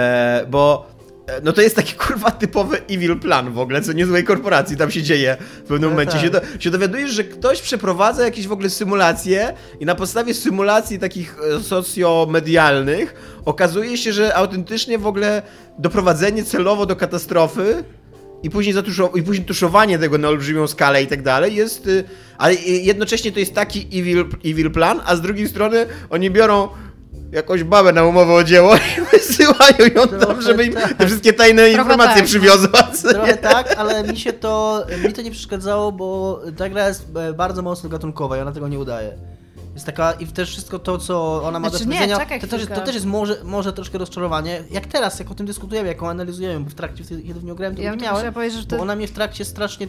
Bo no to jest taki kurwa typowy evil plan w ogóle, co niezłej korporacji tam się dzieje w pewnym momencie. Się dowiadujesz, że ktoś przeprowadza jakieś w ogóle symulacje i na podstawie symulacji takich socjomedialnych okazuje się, że autentycznie w ogóle doprowadzenie celowo do katastrofy i później tuszowanie tego na olbrzymią skalę i tak dalej jest... Ale jednocześnie to jest taki evil plan, a z drugiej strony oni biorą jakąś babę na umowę o dzieło i wysyłają ją tam, żeby im te wszystkie tajne informacje przywiozła. Trochę tak, ale mi to nie przeszkadzało, bo ta gra jest bardzo mocno gatunkowa i ona tego nie udaje. Jest taka i też wszystko to, co ona ma do powiedzenia, to też jest może troszkę rozczarowanie. Jak teraz, jak o tym dyskutujemy, jak ją analizujemy, bo w trakcie, kiedy w nią grałem, to nie miałem, bo ona mnie w trakcie strasznie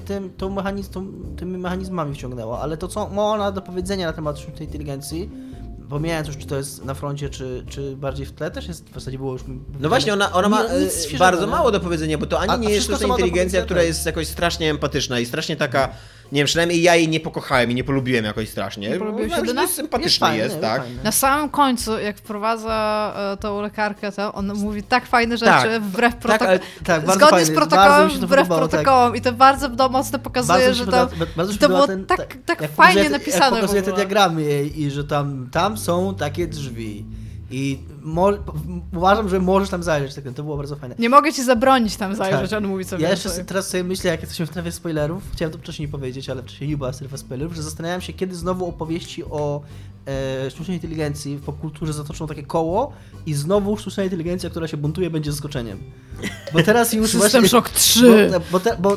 tymi mechanizmami wciągnęła, ale to, co ma ona do powiedzenia na temat sztucznej inteligencji, pomijając już, czy to jest na froncie, czy bardziej w tle, też jest w zasadzie było już... No właśnie, ona ma bardzo mało do powiedzenia, bo to ani nie jest sztuczna inteligencja, która jest jakoś strasznie empatyczna i strasznie taka, nie wiem, przynajmniej ja jej nie pokochałem i nie polubiłem jakoś strasznie. Jest sympatyczna jest, tak? Fajny. Na samym końcu, jak wprowadza tą lekarkę, to on mówi tak fajne rzeczy, wbrew protokołom. Zgodnie z protokołem, wbrew protokołom. I to bardzo mocno pokazuje, że to było tak fajnie napisane. Jak pokazuje te diagramy i że tam są takie drzwi. I uważam, że możesz tam zajrzeć, to było bardzo fajne. Nie mogę ci zabronić tam zajrzeć, on mówi sobie. Ja jeszcze teraz sobie myślę, jak jesteśmy w strefie spoilerów, chciałem to wcześniej powiedzieć, ale wcześniej nie była strefa spoilerów, że zastanawiałem się, kiedy znowu opowieści o sztucznej inteligencji w popkulturze zatoczą takie koło i znowu sztuczna inteligencja, która się buntuje, będzie zaskoczeniem. Bo teraz już System Shock 3! Bo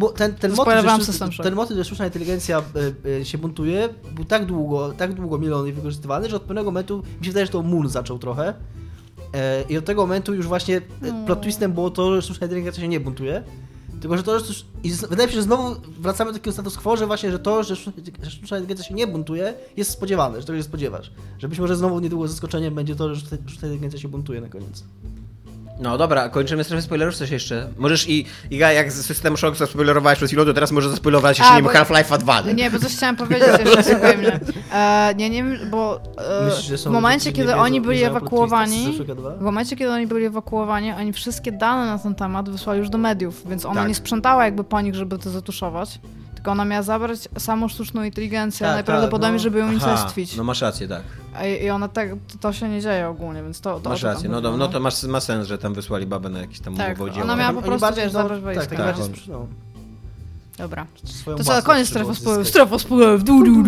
ten motyw, że sztuczna inteligencja się buntuje, był tak długo mielony i wykorzystywany, że od pewnego momentu mi się wydaje, że to Moon zaczął trochę. I od tego momentu już właśnie plot twistem było to, że sztuczna inteligencja się nie buntuje. Tylko, że to, że wydaje mi się, że znowu wracamy do takiego status quo, że właśnie, że to, że sztuczna inteligencja się nie buntuje, jest spodziewane, że tego się spodziewasz. Że być może znowu niedługo zaskoczeniem będzie to, że sztuczna inteligencja się buntuje na koniec. No dobra, kończymy strefę spoilerów, coś jeszcze? Możesz Iga, jak z System Shock zaspoilerowałeś przed chwilą, to teraz możesz zaspoilerować jeszcze Half-Life'a 2. Nie, bo coś chciałam powiedzieć jeszcze, słuchaj mnie. Nie wiem, bo myślisz, w momencie, kiedy oni byli ewakuowani, oni wszystkie dane na ten temat wysłali już do mediów, więc ona nie sprzątała jakby po nich, żeby to zatuszować. Tylko ona miała zabrać samą sztuczną inteligencję, najprawdopodobniej, żeby ją unicestwić. No masz rację, tak. I ona to się nie dzieje ogólnie, więc to masz rację, no to ma sens, że tam wysłali babę na jakiś tam umowę o dzieło. Ona miała po prostu, zabrać wojska. Dobra. To co, koniec strefa spoilerów.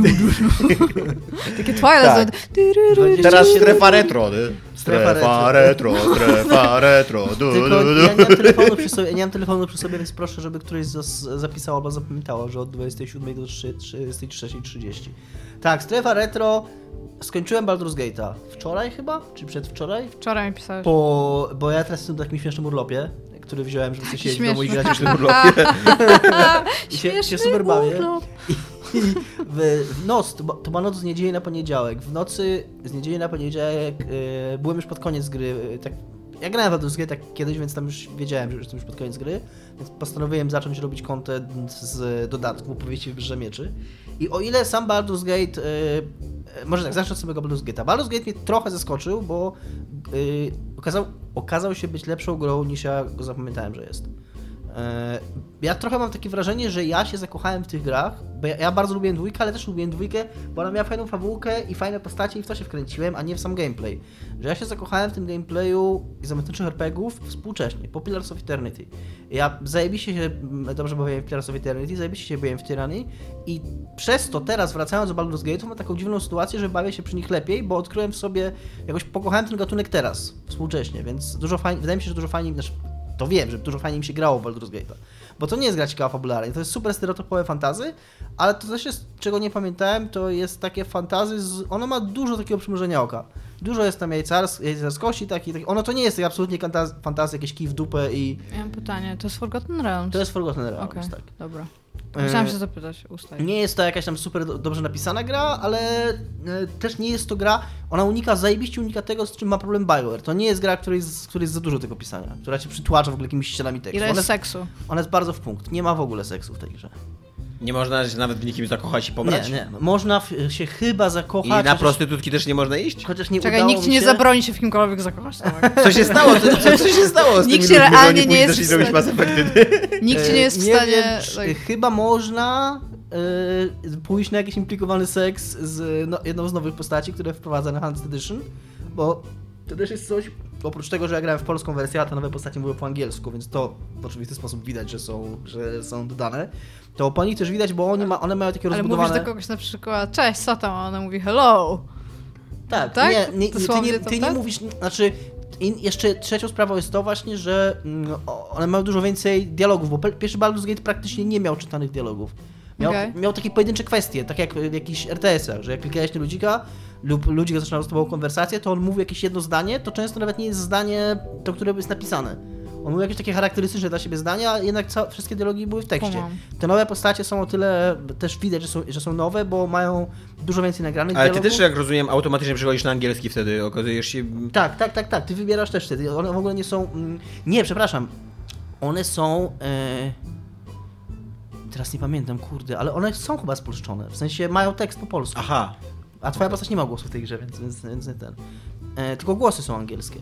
Takie Twilight. Teraz strefa retro. Strefa retro. Tylko ja nie mam telefonu przy sobie, więc proszę, żeby któryś z nas zapisał albo zapamiętało, że od 27 do 33:30. Tak, strefa retro. Skończyłem Baldur's Gate'a wczoraj chyba? Czy przedwczoraj? Wczoraj mi pisałeś. Bo ja teraz jestem w takim śmiesznym urlopie, który wziąłem, żeby sobie siedzieć w domu i grać w tym urlopie. I się super bawię. I w noc, to była noc z niedzieli na poniedziałek. W nocy z niedzieli na poniedziałek byłem już pod koniec gry. Tak, ja grałem w Baldur's Gate tak kiedyś, więc tam już wiedziałem, że jestem już pod koniec gry. Więc postanowiłem zacząć robić content z dodatku opowieści Wybrzeże Mieczy. I o ile sam Baldur's Gate może tak, zacznę od samego Baldur's Gate'a. Baldur's Gate mnie trochę zaskoczył, bo okazał się być lepszą grą niż ja go zapamiętałem, że jest. Ja trochę mam takie wrażenie, że ja się zakochałem w tych grach, bo ja bardzo lubiłem dwójkę, ale też lubiłem dwójkę, bo ona miała fajną fabułkę i fajne postacie i w to się wkręciłem, a nie w sam gameplay. Że ja się zakochałem w tym gameplayu izometrycznych RPGów współcześnie, po Pillars of Eternity. Ja zajebiście się dobrze bawiłem w Pillars of Eternity, zajebiście się bawiłem w Tyranny i przez to teraz wracając do Baldur's Gate'ów mam taką dziwną sytuację, że bawię się przy nich lepiej, bo odkryłem w sobie, jakoś pokochałem ten gatunek teraz, współcześnie, więc dużo fajnie, wydaje mi się, że dużo fajniej, znaczy, to wiem, że dużo fajniej mi się grało w Baldur's Gate'a. Bo to nie jest gra ciekawa fabularnie, to jest super stereotypowe fantasy, ale to też jest, czego nie pamiętałem, to jest takie fantasy, ono ma dużo takiego przymrużenia oka. Dużo jest tam jajcarskości, ono to nie jest absolutnie fantasy, jakieś kij w dupę i... Ja mam pytanie, to jest Forgotten Realms? To jest Forgotten Realms, okay, tak. Dobra. Musiałam się zapytać, ustaj. Nie jest to jakaś tam super dobrze napisana gra, ale też nie jest to gra, ona zajebiście unika tego, z czym ma problem BioWare. To nie jest gra, której jest za dużo tego pisania, która cię przytłacza w ogóle jakimiś ścianami tekstu. Ile jest seksu? Ona jest bardzo w punkt, nie ma w ogóle seksu w tej grze. Nie można się nawet w nikim zakochać i pobrać? Nie. Można się chyba zakochać. I na prostytutki też nie można iść? Chociaż nie Czekaj, nikt ci nie zabroni się w kimkolwiek zakochać. Co się stało? Co się stało z Nikt tymi się ludźmi, realnie że oni nie jest później w zrobić stanie- Mass Effecty? Nikt ci nie jest w Nie stanie... wiem, chyba można pójść na jakiś implikowany seks z jedną z nowych postaci, które wprowadza na Enhanced Edition, bo to też jest coś, oprócz tego, że ja grałem w polską wersję, a te nowe postacie mówią po angielsku, więc to w oczywisty sposób widać, że są dodane, to po nich też widać, bo one mają takie Ale rozbudowane... mówisz do kogoś na przykład, cześć, co tam? A ona mówi hello. Tak, Tak? ty nie mówisz, znaczy jeszcze trzecią sprawą jest to właśnie, że one mają dużo więcej dialogów, bo pierwszy Baldur's Gate praktycznie nie miał czytanych dialogów. Miał takie pojedyncze kwestie, tak jak w jakichś RTS-ach, że jak klikałeś na ludzika lub ludzik zaczyna z tobą konwersację, to on mówi jakieś jedno zdanie, to często nawet nie jest zdanie to, które jest napisane. On mówi jakieś takie charakterystyczne dla siebie zdania, a jednak wszystkie dialogi były w tekście. Te nowe postacie są o tyle, też widać, że są nowe, bo mają dużo więcej nagranych Ale dialogów. ty też, jak rozumiem, automatycznie przechodzisz na angielski wtedy, okazujesz się... Tak, ty wybierasz też wtedy. One w ogóle nie są... Nie, przepraszam. One są... Teraz nie pamiętam, kurde, ale one są chyba spolszczone. W sensie mają tekst po polsku. Aha. A twoja postać nie ma głosu w tej grze, więc nie ten. Tylko głosy są angielskie.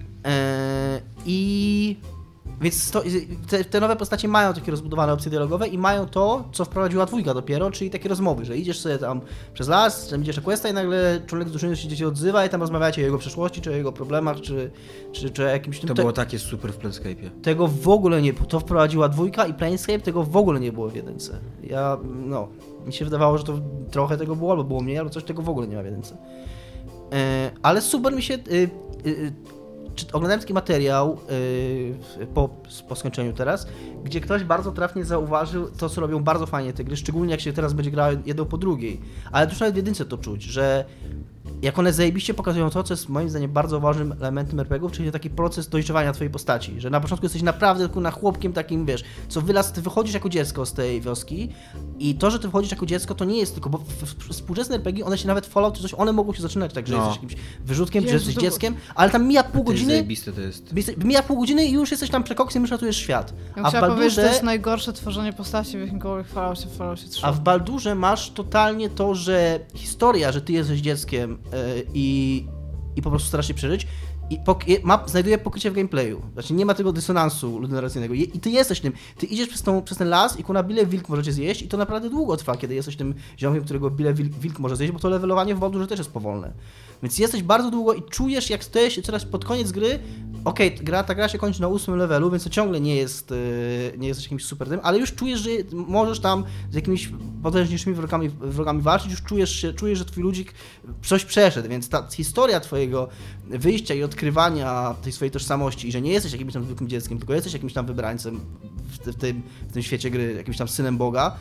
Więc te nowe postacie mają takie rozbudowane opcje dialogowe i mają to, co wprowadziła dwójka dopiero, czyli takie rozmowy, że idziesz sobie tam przez las, tam idziesz na questa i nagle członek z drużyny się odzywa i tam rozmawiacie o jego przeszłości, czy o jego problemach, czy o jakimś... To było takie super w Planescape'ie. Tego w ogóle nie... To wprowadziła dwójka i Planescape, tego w ogóle nie było w jedynce. Mi się wydawało, że to trochę tego było, albo było mniej, albo coś tego w ogóle nie ma w jedynce. Ale super mi się... Oglądałem taki materiał po skończeniu teraz, gdzie ktoś bardzo trafnie zauważył to, co robią bardzo fajnie te gry, szczególnie jak się teraz będzie grało jedną po drugiej. Ale już nawet w jedynce to czuć, że jak one zajebiście pokazują to, co jest moim zdaniem bardzo ważnym elementem RPGów, czyli taki proces dojrzewania twojej postaci, że na początku jesteś naprawdę tylko na chłopkiem takim, wiesz, ty wychodzisz jako dziecko z tej wioski i to, że ty wychodzisz jako dziecko, to nie jest tylko, bo w współczesne RPG, one się nawet Fallout czy coś, one mogą się zaczynać tak, że jesteś jakimś wyrzutkiem, że jesteś dzieckiem, ale tam mija pół godziny, zajebiste to jest. Mija pół godziny i już jesteś tam przekoksem, już ratujesz świat. Ja chciałam powiedzieć, że to jest najgorsze tworzenie postaci w jakimkolwiek Falloutie 3. A w Baldurze masz totalnie to, że historia, że ty jesteś dzieckiem i po prostu starasz się przeżyć i znajduje pokrycie w gameplayu. Znaczy nie ma tego dysonansu narracyjnego. I ty jesteś tym. Ty idziesz przez ten las i na byle wilk możecie zjeść i to naprawdę długo trwa, kiedy jesteś tym ziomkiem, którego byle wilk może zjeść, bo to levelowanie w Baldurze też jest powolne. Więc jesteś bardzo długo i czujesz, jak stajesz się coraz pod koniec gry, ta gra się kończy na 8 levelu, więc to ciągle nie jesteś jakimś super tym, ale już czujesz, że możesz tam z jakimiś potężniejszymi wrogami walczyć, już czujesz, że twój ludzik coś przeszedł, więc ta historia twojego wyjścia i odkrywania tej swojej tożsamości i że nie jesteś jakimś tam zwykłym dzieckiem, tylko jesteś jakimś tam wybrańcem w tym świecie gry, jakimś tam synem Boga,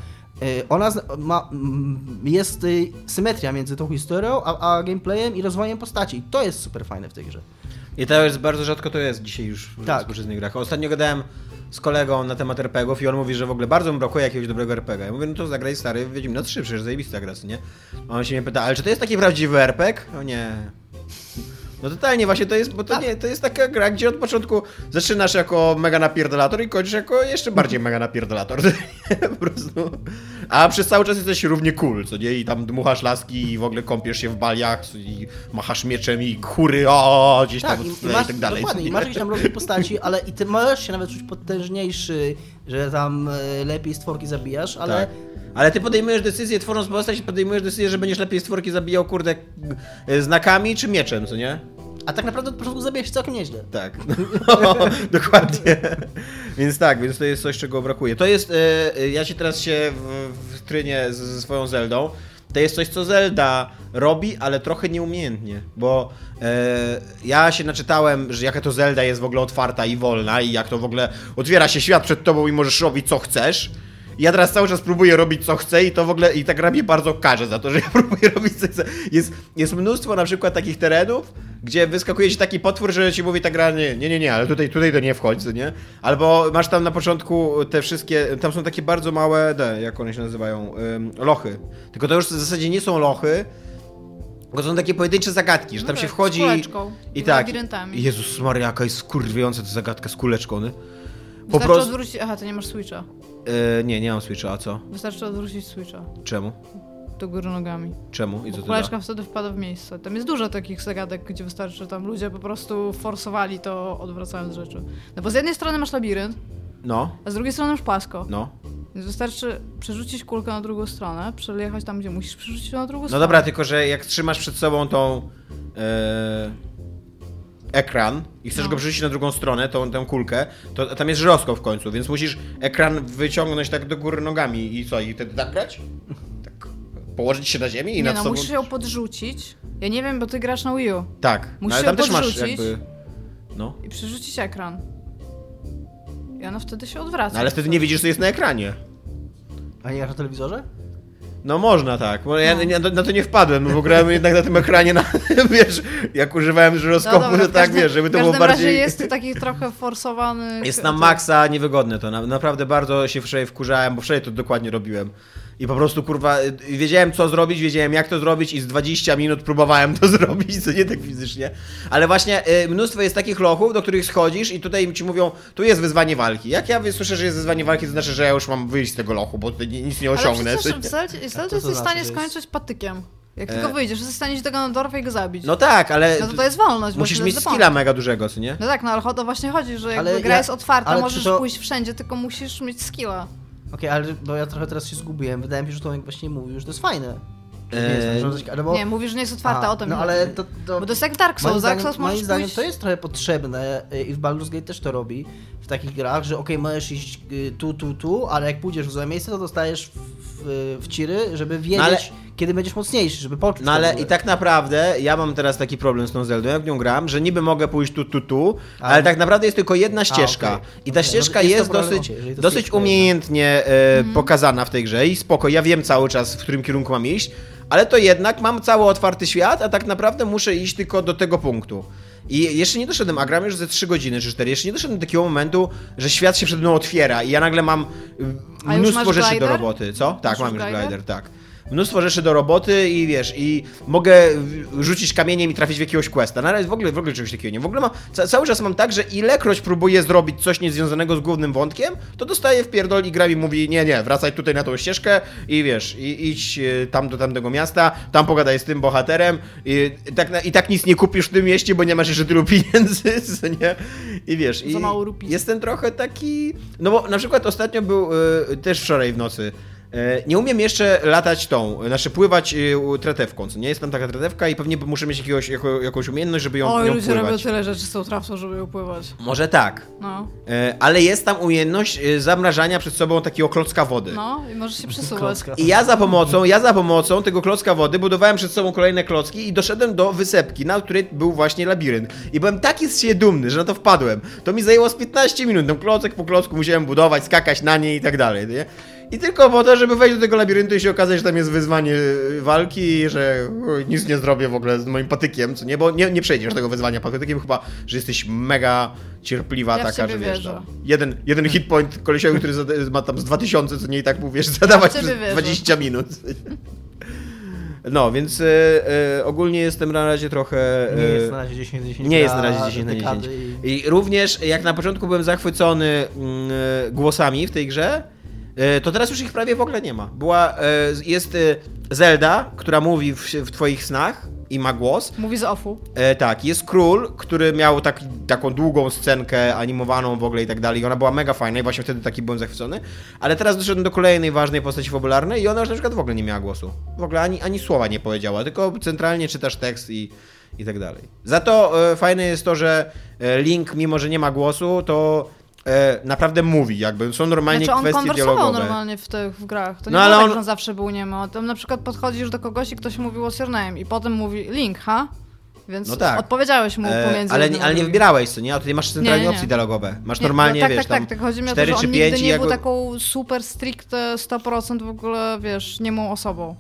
jest symetria między tą historią a gameplayem i rozwojem postaci. I to jest super fajne w tej grze. I to jest bardzo rzadko to jest dzisiaj już w współczesnych grach. Ostatnio gadałem z kolegą na temat RPGów i on mówi, że w ogóle bardzo mu brakuje jakiegoś dobrego RPG. Ja mówię, no to zagraj stary w Wiedźmina 3, przecież zajebista gra, nie? A on się mnie pyta, ale czy to jest taki prawdziwy RPG? O nie. No totalnie, właśnie to jest, bo to, nie, to jest taka gra, gdzie od początku zaczynasz jako mega napierdalator i kończysz jako jeszcze bardziej mega napierdalator. Po prostu. A przez cały czas jesteś równie cool, co nie? I tam dmuchasz laski i w ogóle kąpiesz się w baliach i machasz mieczem i kury, gdzieś tam i tak dalej. Dokładnie, i masz jakieś tam rozwój postaci, ale i ty możesz się nawet czuć potężniejszy, że tam lepiej stworki zabijasz, ale... Tak. Ale ty podejmujesz decyzję, tworząc postać, podejmujesz decyzję, że będziesz lepiej stworki zabijał, kurde, znakami czy mieczem, co nie? A tak naprawdę od początku zabijesz się całkiem nieźle. Tak, no, dokładnie. Więc to jest coś, czego brakuje. To jest, ja się teraz trynię ze swoją Zeldą. To jest coś, co Zelda robi, ale trochę nieumiejętnie, bo ja się naczytałem, że jaka to Zelda jest w ogóle otwarta i wolna i jak to w ogóle otwiera się świat przed tobą i możesz robić co chcesz. Ja teraz cały czas próbuję robić co chcę i to w ogóle, i ta gra mnie bardzo karze za to, że ja próbuję robić co chcę. Jest mnóstwo na przykład takich terenów, gdzie wyskakuje ci taki potwór, że ci mówi ta gra, nie, ale tutaj to nie wchodź, co nie? Albo masz tam na początku te wszystkie, tam są takie bardzo małe, jak one się nazywają, lochy. Tylko to już w zasadzie nie są lochy, bo są takie pojedyncze zagadki, że tam się wchodzi... Z kuleczką i tak. labiryntami. Jezus Maria, jaka jest skurwiająca ta zagadka z kuleczką, nie? Wystarczy odwrócić... Aha, to nie masz Switcha. Nie mam Switcha, a co? Wystarczy odwrócić Switcha. Czemu? Do góry nogami. Czemu? I co to kuleczka da? wtedy wpada w miejsce. Tam jest dużo takich zagadek, gdzie wystarczy, że tam ludzie po prostu forsowali to, odwracając rzeczy. No bo z jednej strony masz labirynt, No. a z drugiej strony masz płasko. No. Więc wystarczy przerzucić kulkę na drugą stronę, przejechać tam, gdzie musisz przerzucić na drugą No stronę. dobra, tylko że jak trzymasz przed sobą tą ekran i chcesz go przerzucić na drugą stronę, tę kulkę, to tam jest żyroskop w końcu, więc musisz ekran wyciągnąć tak do góry nogami i co, i wtedy tak grać? Tak położyć się na ziemi i Nie nad no, sobą... musisz ją podrzucić. Ja nie wiem, bo ty grasz na Wii U. Tak, Musisz ale tam ją też masz podrzucić. jakby... No. I przerzucić ekran. I ona wtedy się odwraca. No ale wtedy nie widzisz, co jest na ekranie. A nie grasz na telewizorze? No można tak, bo ja na to nie wpadłem, bo grałem jednak na tym ekranie, wiesz, jak używałem żyroskopu, dobra, to tak, wiesz, żeby to było bardziej... W każdym razie jest takich trochę forsowanych... Jest na maksa niewygodne to, naprawdę bardzo się wczoraj wkurzałem, bo wczoraj to dokładnie robiłem. I po prostu, kurwa, wiedziałem co zrobić, wiedziałem jak to zrobić i z 20 minut próbowałem to zrobić, co nie tak fizycznie. Ale właśnie mnóstwo jest takich lochów, do których schodzisz i tutaj ci mówią, tu jest wyzwanie walki. Jak ja słyszę, że jest wyzwanie walki, to znaczy, że ja już mam wyjść z tego lochu, bo nic nie osiągnę. Ale przecież w Zeldzie jesteś w stanie skończyć patykiem. Jak tylko wyjdziesz, jesteś w stanie iść do Ganondorfa i go zabić. No tak, ale... No to jest wolność. Musisz mieć skilla mega dużego, co nie? No tak, no ale o to właśnie chodzi, że jakby Ale gra jest otwarta, możesz to... pójść wszędzie, tylko musisz mieć skilla. Okej, ale bo ja trochę teraz się zgubiłem. Wydaje mi się, że Tomek właśnie mówił, że to jest fajne. Nie, mówisz, że nie jest otwarta, o tym no nie ale chodzi. to... Bo to jest jak Dark Souls, moim zdaniem to jest trochę potrzebne i w Baldur's Gate też to robi w takich grach, że możesz iść tu, ale jak pójdziesz w złe miejsce, to dostajesz w ciry, żeby wiedzieć, kiedy będziesz mocniejszy, żeby poczuć. No ale i tak naprawdę ja mam teraz taki problem z tą Zeldą, jak w nią gram, że niby mogę pójść tu, ale tak naprawdę jest tylko jedna ścieżka. Okay. I ta ścieżka no jest dosyć umiejętnie pokazana w tej grze i spoko, ja wiem cały czas, w którym kierunku mam iść, ale to jednak mam cały otwarty świat, a tak naprawdę muszę iść tylko do tego punktu. I jeszcze nie doszedłem, a gram już ze 3 godziny czy 4, jeszcze nie doszedłem do takiego momentu, że świat się przed mną otwiera i ja nagle mam mnóstwo rzeczy do roboty. Co? Tak, mam już glider, tak. Mnóstwo rzeczy do roboty i wiesz, i mogę rzucić kamieniem i trafić w jakiegoś questa. Na razie w ogóle czegoś takiego nie. W ogóle cały czas mam tak, że ilekroć próbuję zrobić coś niezwiązanego z głównym wątkiem, to dostaję w pierdol i gra mi mówi, nie, wracaj tutaj na tą ścieżkę i wiesz, idź tam do tamtego miasta, tam pogadaj z tym bohaterem i tak nic nie kupisz w tym mieście, bo nie masz jeszcze tylu pieniędzy, co nie? I wiesz, za mało rupii. Jestem trochę taki, no bo na przykład ostatnio był, też wczoraj w nocy, nie umiem jeszcze latać pływać tratewką, co nie? Jest tam taka tratewka i pewnie muszę mieć jakąś umiejętność, żeby ją ludzie pływać. robią tyle rzeczy z tą trawką, żeby ją pływać. Może tak. No. Ale jest tam umiejętność zamrażania przed sobą takiego klocka wody. No i możesz się przesuwać. I ja za pomocą tego klocka wody budowałem przed sobą kolejne klocki i doszedłem do wysepki, na której był właśnie labirynt. I byłem taki z siebie dumny, że na to wpadłem. To mi zajęło z 15 minut, ten klocek po klocku musiałem budować, skakać na nie i tak dalej, nie? I tylko po to, żeby wejść do tego labiryntu i się okazać, że tam jest wyzwanie walki i że nic nie zrobię w ogóle z moim patykiem, co nie? Bo nie przejdziesz tego wyzwania patykiem, chyba, że jesteś mega cierpliwa taka, że wiesz, wierzę. jeden hit point kolesiowi, który ma tam z 2000, co nie i tak mówisz, zadawać przez 20 minut. No, więc ogólnie jestem na razie trochę... Nie jest na razie 10 na 10. Nie jest na razie 10 na 10. I również jak na początku byłem zachwycony głosami w tej grze, to teraz już ich prawie w ogóle nie ma. Jest Zelda, która mówi w twoich snach i ma głos. Mówi z offu. Tak, jest król, który miał taką długą scenkę animowaną w ogóle i tak dalej. Ona była mega fajna i właśnie wtedy taki byłem zachwycony. Ale teraz doszedłem do kolejnej ważnej postaci fabularnej i ona już na przykład w ogóle nie miała głosu. W ogóle ani słowa nie powiedziała, tylko centralnie czytasz tekst i tak dalej. Za to fajne jest to, że Link, mimo że nie ma głosu, to naprawdę mówi, jakby są normalnie znaczy, kwestie on dialogowe. konwersował normalnie w grach. To nie No, było ale tak, że on zawsze był niemy. Tam na przykład podchodzisz do kogoś i ktoś mówił what's your name i potem mówi Link, ha? Więc No tak. odpowiedziałeś mu pomiędzy ale nie wybierałeś, co nie? A tutaj masz centralnie opcje dialogowe. Masz normalnie, tak, wiesz, tam tak. Chodzi mi o to, 4 że czy on 5 nigdy nie jako... był taką super stricte 100% w ogóle, wiesz, niemą osobą.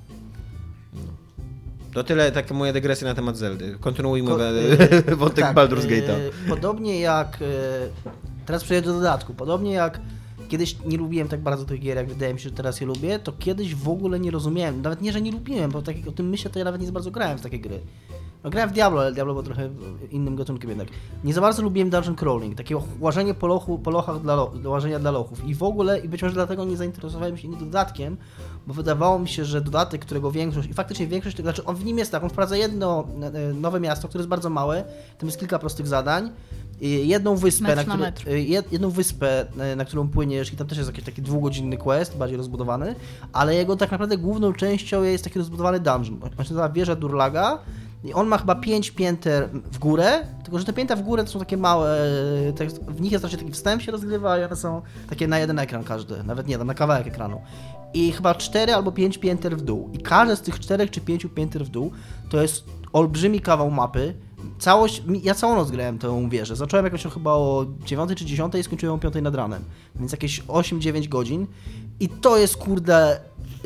To tyle, taka moja dygresja na temat Zeldy. Kontynuujmy wątek tak, Baldur's Gate'a. Podobnie jak... Teraz przejdę do dodatku. Podobnie jak kiedyś nie lubiłem tak bardzo tych gier, jak wydaje mi się, że teraz je lubię, to kiedyś w ogóle nie rozumiałem. Nawet nie, że nie lubiłem, bo tak jak o tym myślę, to ja nawet nie za bardzo grałem w takie gry. No, grałem w Diablo, ale Diablo był trochę innym gatunkiem jednak. Nie za bardzo lubiłem dungeon crawling, takie łażenie po lochach łażenia dla lochów. I w ogóle, i być może dlatego nie zainteresowałem się innym dodatkiem, bo wydawało mi się, że dodatek, którego większość, i faktycznie większość tego, znaczy on w nim jest tak, on wprowadza jedno nowe miasto, które jest bardzo małe, tam jest kilka prostych zadań, jedną wyspę, jedną wyspę, na którą płyniesz i tam też jest jakiś taki dwugodzinny quest, bardziej rozbudowany, ale jego tak naprawdę główną częścią jest taki rozbudowany dungeon. On się nazywa Wieża Durlaga i on ma chyba 5 pięter w górę, tylko że te piętra w górę to są takie małe, w nich jest raczej taki wstęp się rozgrywa i one są takie na jeden ekran każdy, nawet nie, tam na kawałek ekranu. I chyba 4 albo 5 pięter w dół. I każde z tych 4 czy 5 pięter w dół to jest olbrzymi kawał mapy. Ja całą noc grałem tę wieżę. Zacząłem jakoś chyba o 9 czy 10 i skończyłem o 5 nad ranem. Więc jakieś 8-9 godzin. I to jest kurde...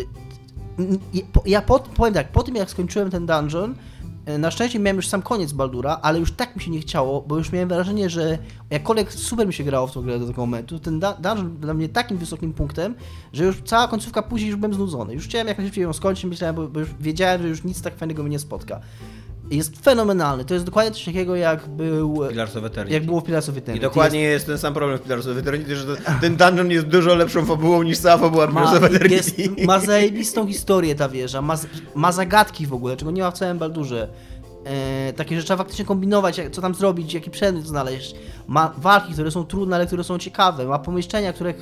Powiem tak, po tym jak skończyłem ten dungeon, na szczęście miałem już sam koniec Baldura, ale już tak mi się nie chciało, bo już miałem wrażenie, że jakkolwiek super mi się grało w tą grę do tego momentu, ten dungeon dla mnie takim wysokim punktem, że już cała końcówka później już byłem znudzony. Już chciałem jak najszybciej ją skończyć, myślałem, bo już wiedziałem, że już nic tak fajnego mnie nie spotka. Jest fenomenalny. To jest dokładnie coś takiego, jak było w Pillars of Eternity. I dokładnie jest ten sam problem w Pillars of Eternity, że ten dungeon jest dużo lepszą fabułą niż cała fabuła Pillars of Eternity. Ma zajebistą historię ta wieża, ma zagadki w ogóle, czego nie ma w całym Baldurze. Takie, że trzeba faktycznie kombinować, co tam zrobić, jaki przedmiot znaleźć. Ma walki, które są trudne, ale które są ciekawe. Ma pomieszczenia, które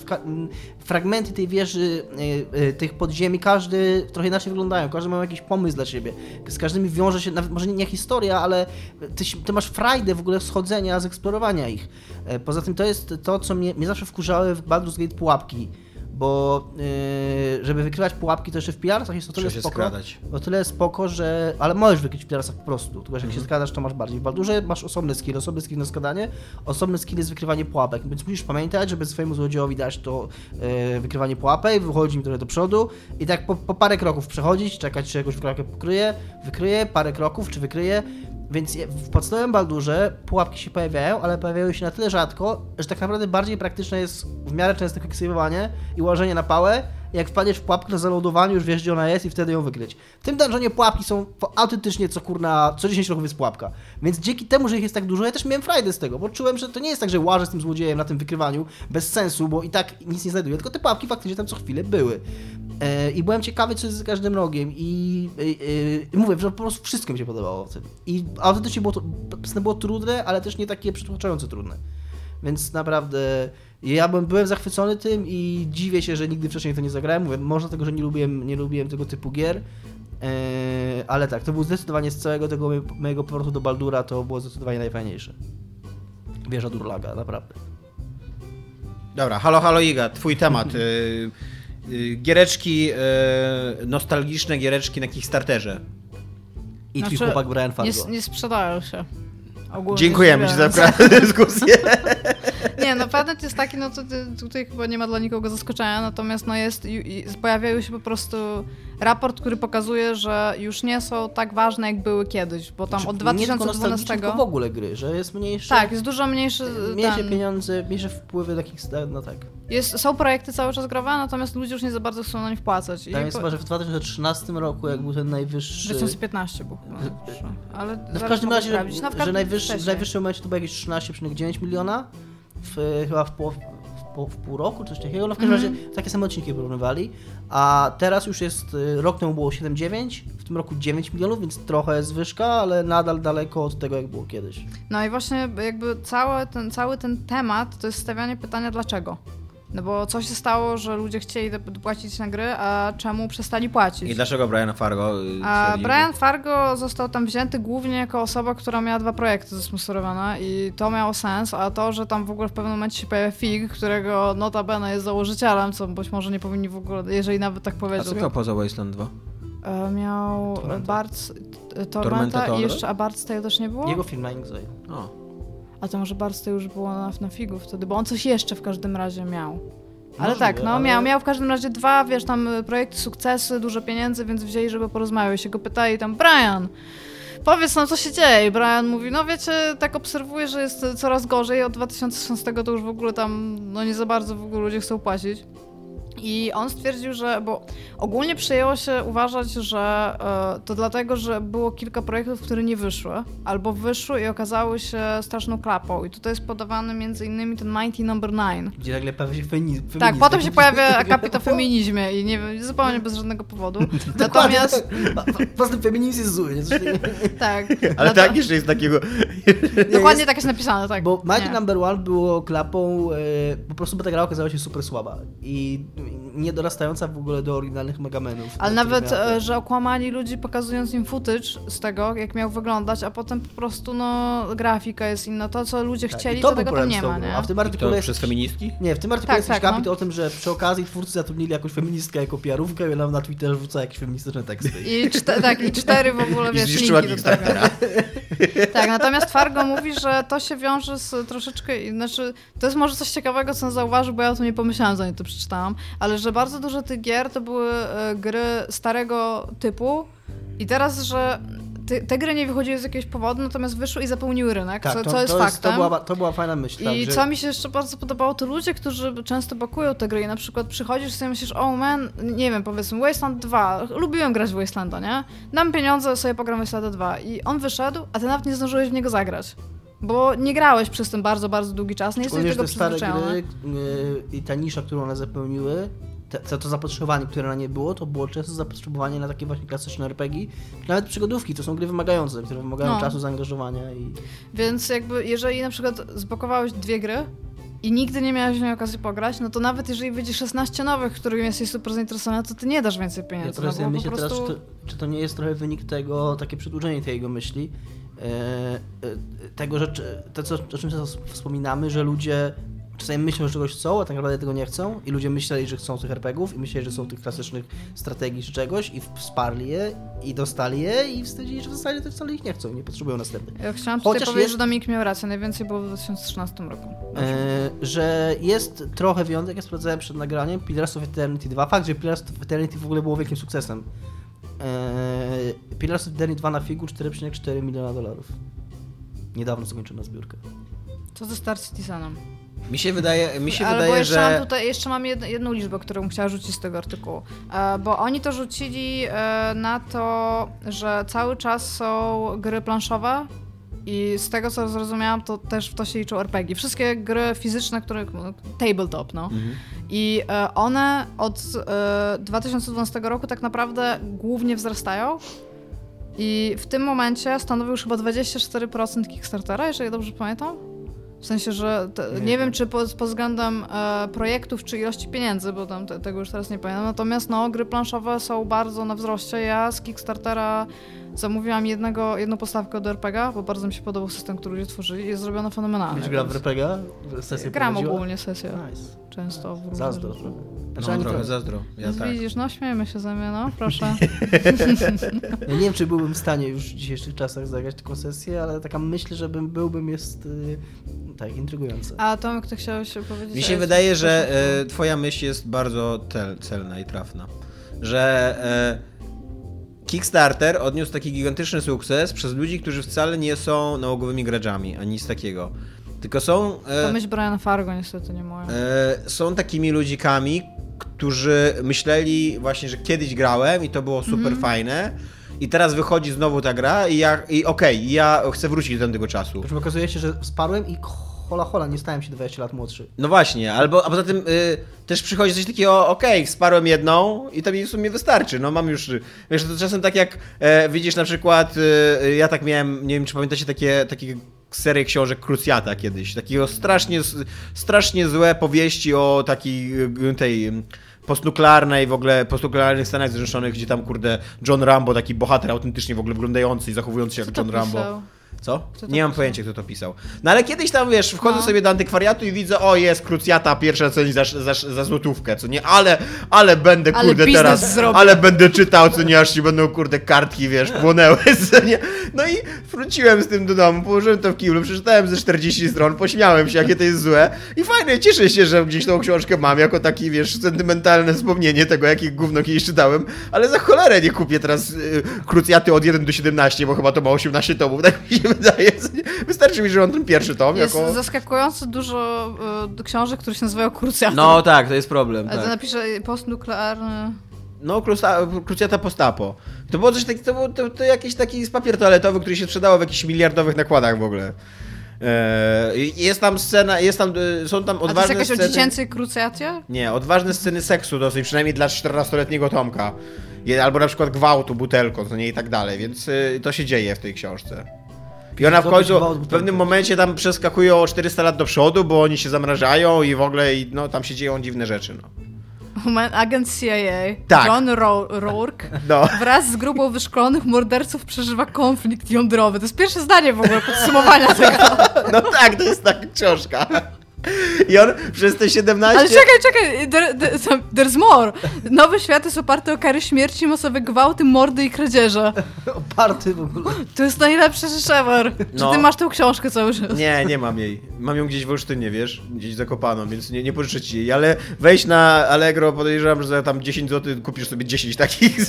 fragmenty tej wieży, tych podziemi, każdy trochę inaczej wyglądają. Każdy ma jakiś pomysł dla siebie. Z każdym wiąże się, nawet może nie historia, ale ty masz frajdę w ogóle schodzenia, zeksplorowania ich. Poza tym to jest to, co mnie zawsze wkurzały w Baldur's Gate pułapki. Bo żeby wykrywać pułapki, to jeszcze w Pillarsach jest o tyle spoko. O tyle spoko, że... Ale możesz wykryć w Pillarsach po prostu. Tylko jak się skradasz, to masz bardziej. W Baldurze masz osobny skill na skradanie, osobny skill jest wykrywanie pułapek. Więc musisz pamiętać, żeby swojemu złodziejowi dać to wykrywanie pułapek, wychodzić mi trochę do przodu i tak po parę kroków przechodzić, czekać, czy jakąś pułapkę wykryje, parę kroków, czy wykryje. Więc w podstawowym Baldurze pułapki się pojawiają, ale pojawiają się na tyle rzadko, że tak naprawdę bardziej praktyczne jest w miarę częste quicksave'owanie i łażenie na pałę. Jak wpadniesz w pułapkę na zaloadowaniu, już wiesz, gdzie ona jest i wtedy ją wykryć. W tym dungeonie pułapki są autentycznie co 10 kroków jest pułapka. Więc dzięki temu, że ich jest tak dużo, ja też miałem frajdę z tego, bo czułem, że to nie jest tak, że łażę z tym złodziejem na tym wykrywaniu bez sensu, bo i tak nic nie znajduję, tylko te pułapki faktycznie tam co chwilę były. I byłem ciekawy, co jest z każdym rogiem i mówię, że po prostu wszystko mi się podobało w tym. I autentycznie było trudne, ale też nie takie przytłaczająco trudne. Więc naprawdę ja byłem zachwycony tym i dziwię się, że nigdy wcześniej to nie zagrałem. Mówię, może dlatego, że nie lubiłem tego typu gier, ale tak, to był zdecydowanie z całego tego mojego powrotu do Baldura, to było zdecydowanie najfajniejsze. Wieża Durlaga, naprawdę. Dobra, halo Iga, twój temat. Giereczki, nostalgiczne giereczki na Kickstarterze. I twój chłopak Brian Fargo. Nie sprzedają się. Ogólnie dziękujemy ci za dyskusję. Nie, no patent jest taki, no to tutaj chyba nie ma dla nikogo zaskoczenia, natomiast no jest, pojawiają się po prostu raport, który pokazuje, że już nie są tak ważne, jak były kiedyś, bo tam od 2012... Nie tylko w ogóle gry, że jest mniejsze... Tak, jest dużo mniejszy... Mniejsze pieniądze, mniejsze wpływy takich... No tak. Są projekty cały czas growe, natomiast ludzie już nie za bardzo chcą na nich płacać. Tam jest chyba, że w 2013 roku, jak był ten najwyższy... 2015 był chyba. Ale w każdym razie, że najwyższy w najwyższym momencie to było jakieś 13,9 miliona, chyba w pół roku, coś takiego. No w każdym razie takie same odcinki porównywali, a teraz już jest, rok temu było 7,9, w tym roku 9 milionów, więc trochę zwyżka, ale nadal daleko od tego, jak było kiedyś. No i właśnie jakby cały ten temat to jest stawianie pytania dlaczego. No bo co się stało, że ludzie chcieli płacić na gry, a czemu przestali płacić? I dlaczego Brian Fargo... Brian Fargo został tam wzięty głównie jako osoba, która miała 2 projekty zesponsorowane i to miało sens, a to, że tam w ogóle w pewnym momencie się pojawia Fig, którego notabene jest założycielem, co być może nie powinni w ogóle, jeżeli nawet tak powiedział. A co miał poza Wasteland 2? Miał Bart's Tormenta i jeszcze, a Bart's Tale też nie było? Jego film na Exile. A to może Bart's Tale już było na Figu wtedy, bo on coś jeszcze w każdym razie miał. Ale Możliwe, tak, no ale... miał w każdym razie 2, wiesz, tam projekty, sukcesy, dużo pieniędzy, więc wzięli, żeby porozmawiać. Się go pytali tam, Brian, powiedz nam, co się dzieje. I Brian mówi, no wiecie, tak obserwuję, że jest coraz gorzej. Od 2016 to już w ogóle tam, no nie za bardzo w ogóle ludzie chcą płacić. I on stwierdził, że, bo ogólnie przyjęło się uważać, że to dlatego, że było kilka projektów, które nie wyszły, albo wyszły i okazały się straszną klapą. I tutaj jest podawany między innymi ten Mighty No. 9. Gdzie nagle pojawia się feminizm. Tak, potem się pojawia akapit o feminizmie i nie wiem, zupełnie bez żadnego powodu. Natomiast... Poza tym feminizm jest zły, nie? Tak. Ale tak, jeszcze jest takiego... Dokładnie tak jest napisane, tak. Bo Mighty No. 1 było klapą, po prostu bo ta gra okazała się super słaba i nie dorastająca w ogóle do oryginalnych Megamenów. Ale nawet, że okłamali ludzi pokazując im footage z tego, jak miał wyglądać, a potem po prostu, no, grafika jest inna. To, co ludzie chcieli, to tego tam nie ma, nie? A w tym artykule jest... Przez feministki? Nie, w tym artykule jest jakiś kapit no. o tym, że przy okazji twórcy zatrudnili jakąś feministkę jako PR-ówkę i ona na Twitterze wrzuca jakieś feministyczne teksty. I 4 w ogóle, wiesz, linki do tego. Tak, natomiast Fargo mówi, że to się wiąże z troszeczkę, znaczy, to jest może coś ciekawego, co on zauważył, bo ja o tym nie pomyślałam, zanim to przeczytałam, ale że bardzo dużo tych gier to były gry starego typu i teraz, że te gry nie wychodziły z jakiegoś powodu, natomiast wyszły i zapełniły rynek, tak, co jest faktem. To była fajna myśl. Tak, I że... co mi się jeszcze bardzo podobało, to ludzie, którzy często bakują te gry i na przykład przychodzisz i sobie myślisz, oh man, nie wiem, powiedzmy Wasteland 2, lubiłem grać w Wastelanda, nie? Dam pieniądze, sobie pogram Wasteland 2 i on wyszedł, a ty nawet nie zdążyłeś w niego zagrać. Bo nie grałeś przez ten bardzo, bardzo długi czas, nie jesteś do tego przyzwyczajony. Te stare gry i ta nisza, którą one zapełniły, to zapotrzebowanie, które na nie było, to było często zapotrzebowanie na takie właśnie klasyczne RPG, nawet przygodówki, to są gry wymagające, które wymagają czasu, zaangażowania i... Więc jakby, jeżeli na przykład zblokowałeś 2 gry i nigdy nie miałeś w niej okazji pograć, no to nawet jeżeli wyjdzie 16 nowych, których jesteś super zainteresowany, to ty nie dasz więcej pieniędzy. Ja teraz myślę prostu... teraz, czy to nie jest trochę wynik tego, takie przedłużenie tej jego myśli, tego, że to, o czym wspominamy, że ludzie czasami myślą, że czegoś chcą, a tak naprawdę tego nie chcą i ludzie myśleli, że chcą tych RPGów i myśleli, że są tych klasycznych strategii czy czegoś i wsparli je i dostali je i stwierdzili, że w zasadzie to wcale ich nie chcą, nie potrzebują następnych. Ja chciałam tutaj powiedzieć, że Dominik miał rację, najwięcej było w 2013 roku. Że jest trochę wyjątek, ja sprawdzałem przed nagraniem Pillars of Eternity 2, fakt, że Pillars of Eternity w ogóle było wielkim sukcesem. Pillars of Eternity 2 na figu $4,4 miliona. Niedawno zakończono zbiórkę. Co ze Star Citizenem? Mi się wydaje, że... Jeszcze mam jedną liczbę, którą chciała rzucić z tego artykułu. Bo oni to rzucili na to, że cały czas są gry planszowe i z tego, co zrozumiałam, to też w to się liczą RPG. Wszystkie gry fizyczne, które... tabletop, no. Mhm. I one od 2012 roku tak naprawdę głównie wzrastają. I w tym momencie stanowił już chyba 24% Kickstartera, jeżeli dobrze pamiętam. W sensie, że nie wiem, czy pod względem projektów, czy ilości pieniędzy, bo tam tego już teraz nie pamiętam. Natomiast no, gry planszowe są bardzo na wzroście. Ja z Kickstartera Zamówiłam jedną postawkę od RPG, bo bardzo mi się podobał system, który ludzie tworzyli i jest zrobiona fenomenalnie. Będziesz grał w RPG? Sesję Gram prowadziła? ogólnie sesję. Nice. Często w różne Zazdro. rzeczy. Znaczy, No ani trochę to. zazdro. Ja tak. Widzisz, no śmiejemy się ze mnie, no proszę. Ja nie wiem, czy byłbym w stanie już w dzisiejszych czasach zagrać taką sesję, ale taka myśl, że byłbym jest tak, intrygująca. A Tomek, ty chciałeś powiedzieć? Mi się wydaje, że twoja myśl jest bardzo celna i trafna. Że Kickstarter odniósł taki gigantyczny sukces przez ludzi, którzy wcale nie są nałogowymi graczami, ani nic takiego. Tylko są... To myśl Briana Fargo, niestety, nie moja. Są takimi ludzikami, którzy myśleli właśnie, że kiedyś grałem i to było super fajne i teraz wychodzi znowu ta gra i okej, ja chcę wrócić do tamtego czasu. Już okazuje się, że wsparłem i hola, nie stałem się 20 lat młodszy. No właśnie, a poza tym też przychodzi coś takiego, okej, wsparłem jedną i to mi w sumie wystarczy, no mam już, wiesz, to czasem tak jak widzisz na przykład, ja tak miałem, nie wiem czy pamiętacie takie serię książek Cruciata kiedyś, takiego strasznie złe powieści o tej postnuklearnej, w ogóle postnuklearnych Stanach Zjednoczonych, gdzie tam kurde John Rambo, taki bohater autentycznie w ogóle wyglądający i zachowujący się jak John Rambo. Co? Nie mam pojęcia, kto to pisał. No ale kiedyś tam, wiesz, wchodzę sobie do antykwariatu i widzę, o jest Cruciata, pierwsza cena za złotówkę, co nie? Ale będę, kurde, teraz, zrobię. ale będę czytał, co nie, aż ci będą, kurde, kartki, wiesz, płonęły, co nie? No i wróciłem z tym do domu, położyłem to w kiblu, przeczytałem ze 40 stron, pośmiałem się, jakie to jest złe i fajnie, cieszę się, że gdzieś tą książkę mam, jako taki, wiesz, sentymentalne wspomnienie tego, jakie gówno kiedyś czytałem, ale za cholerę nie kupię teraz Cruciaty od 1 do 17, bo chyba to ma 18 tomów, tak mi się wydaje. Wystarczy mi, że mam ten pierwszy tom. Jest jako... zaskakująco dużo książek, które się nazywają Cruciata. No tak, to jest problem. Ale tak. to napiszę postnuklearny... No, Cruciata Postapo. To było coś takiego, to jakiś taki papier toaletowy, który się sprzedało w jakichś miliardowych nakładach w ogóle. Jest tam scena, są tam odważne sceny... A to jest jakaś o dziecięcej Cruciacie? Nie, odważne sceny seksu dosyć, przynajmniej dla 14-letniego Tomka. Albo na przykład gwałtu butelką, to nie i tak dalej, więc to się dzieje w tej książce. I ona w końcu w pewnym momencie tam przeskakuje o 400 lat do przodu, bo oni się zamrażają i w ogóle no, tam się dzieją dziwne rzeczy. No. Agent CIA, Tak. John Rourke, No. wraz z grupą wyszkolonych morderców przeżywa konflikt jądrowy. To jest pierwsze zdanie w ogóle podsumowania tego. No tak, to jest taka książka. I on przez te 17... Ale czekaj, there's more. Nowy świat jest oparty o kary śmierci, masowe gwałty, mordy i kradzieże. Oparty w ogóle. To jest najlepsze rzecz ever. No. Czy ty masz tę książkę cały czas? Nie mam jej. Mam ją gdzieś w Olsztynie, wiesz? Gdzieś zakopaną, więc nie pożyczę ci jej. Ale wejdź na Allegro, podejrzewam, że za tam 10 zł kupisz sobie 10 takich.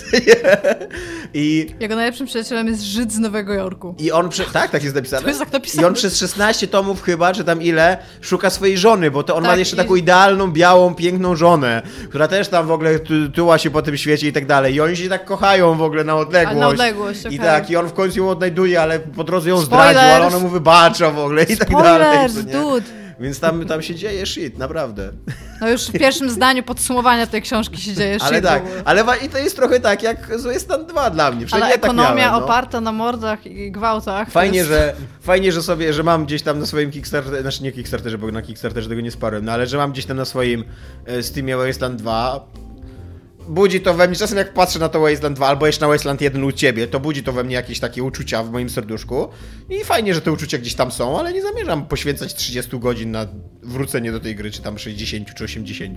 I... Jego najlepszym przyjacielem jest Żyd z Nowego Jorku. I on... Tak jest napisane? To jest tak napisane. I on przez 16 tomów chyba, czy tam ile, szuka swojej żony, bo to on Tak, ma jeszcze taką idealną, białą, piękną żonę, która też tam w ogóle tuła się po tym świecie i tak dalej. I oni się tak kochają w ogóle na odległość. A na odległość, I okej. tak, i on w końcu ją odnajduje, ale po drodze ją Spoilers. zdradził, ale ona mu wybacza w ogóle i tak dalej. Spoilers, co nie? dude. Więc tam się dzieje shit, naprawdę. No już w pierwszym zdaniu podsumowania tej książki się dzieje Ale shit tak, w ogóle. ale i to jest trochę tak jak Zły Stan 2 dla mnie. Ale Ja tak ekonomia miałem, no. oparta na mordach i gwałtach. Fajnie, że mam gdzieś tam na swoim Kickstarterze, znaczy nie Kickstarterze, bo na Kickstarterze tego nie sparłem, no ale że mam gdzieś tam na swoim Steamie Wasteland 2. Budzi to we mnie, czasem jak patrzę na to Wasteland 2 albo jeszcze na Wasteland 1 u ciebie, to budzi to we mnie jakieś takie uczucia w moim serduszku. I fajnie, że te uczucia gdzieś tam są, ale nie zamierzam poświęcać 30 godzin na wrócenie do tej gry, czy tam 60 czy 80.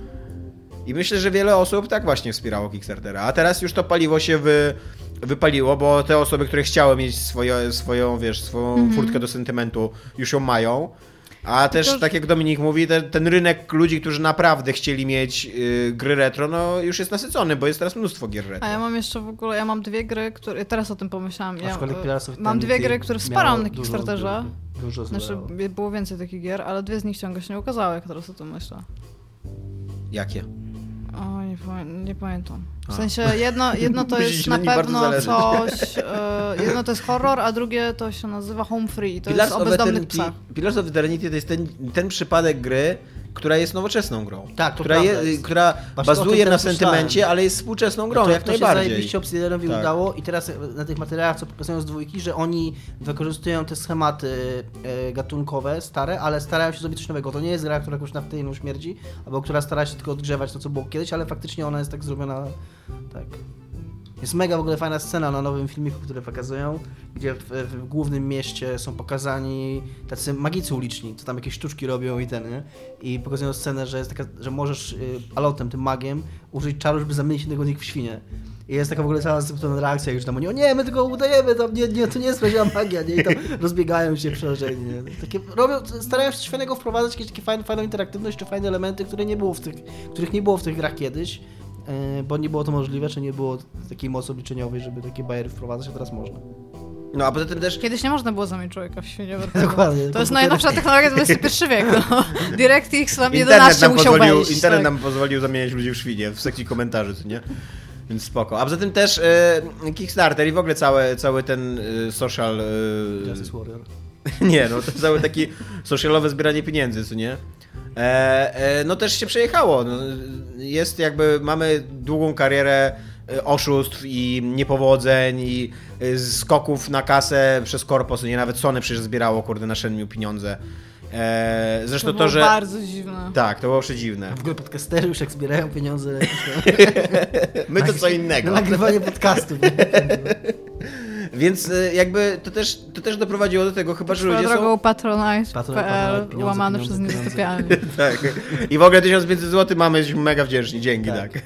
I myślę, że wiele osób tak właśnie wspierało Kickstartera. A teraz już to paliwo się wypaliło, bo te osoby, które chciały mieć swoją furtkę do sentymentu, już ją mają. A też, tak jak Dominik mówi, ten rynek ludzi, którzy naprawdę chcieli mieć gry retro, no już jest nasycony, bo jest teraz mnóstwo gier retro. A ja mam jeszcze w ogóle, ja mam dwie gry, które, teraz o tym pomyślałam. Mam dwie gry, które wsparłam na Kickstarterze. Dużo Znaczy, było więcej takich gier, ale dwie z nich ciągle się nie ukazały, jak teraz o tym myślę. Jakie? O, nie pamiętam. W sensie jedno to jest na na pewno coś, jedno to jest horror, a drugie to się nazywa Home Free, to jest o bezdomnych psach. Pillars of Eternity to jest ten przypadek gry, która jest nowoczesną grą. Tak, to która bazuje na sentymencie, ale jest współczesną grą, jak najbardziej. To się zajebiście Obsidianowi udało i teraz na tych materiałach, co pokazują z dwójki, że oni wykorzystują te schematy gatunkowe, stare, ale starają się zrobić coś nowego. To nie jest gra, która jakoś naftyjną śmierdzi, albo która stara się tylko odgrzewać to, co było kiedyś, ale faktycznie ona jest tak zrobiona, tak. Jest mega w ogóle fajna scena na nowym filmiku, który pokazują, gdzie w głównym mieście są pokazani tacy magicy uliczni, co tam jakieś sztuczki robią i nie? I pokazują scenę, że jest taka, że możesz alotem, tym magiem, użyć czaru, żeby zamienić jednego z nich w świnię. I jest taka w ogóle cała reakcja, już tam oni, o nie, my tylko udajemy, to nie jest prawdziwa magia, nie? I tam rozbiegają się przerażeni, nie? Takie starają się coś fajnego wprowadzać, jakieś takie fajną interaktywność, czy fajne elementy, których nie było w tych grach kiedyś, bo nie było to możliwe, czy nie było takiej mocy obliczeniowej, żeby takie bariery wprowadzać, a teraz można. No a poza tym też... Kiedyś nie można było zamienić człowieka w świnię. Dokładnie. To jest najnowsza technologia XXI wiek. No. DirectX tam 11 musiał wejść. Internet nam pozwolił zamieniać ludzi w świnie w sekcji komentarzy, co nie? Więc spoko. A poza tym też Kickstarter i w ogóle cały ten social... Justice Warrior. Nie, no to całe takie socialowe zbieranie pieniędzy, co nie? No też się przejechało. No, jest jakby, mamy długą karierę oszustw i niepowodzeń i skoków na kasę przez korpo, co nie? Nawet Sony przecież zbierało, kurde, na Shenmue pieniądze. Zresztą to było że... bardzo dziwne. Tak, to było przedziwne. W ogóle podcastery już jak zbierają pieniądze... My to co innego. Na nagrywanie podcastów. Więc jakby to też doprowadziło do tego, chyba że ludzie drogą są... Patronize.pl łamany przez niezasypialnie. Tak. I w ogóle 1500 zł mamy, jesteśmy mega wdzięczni, dzięki, tak.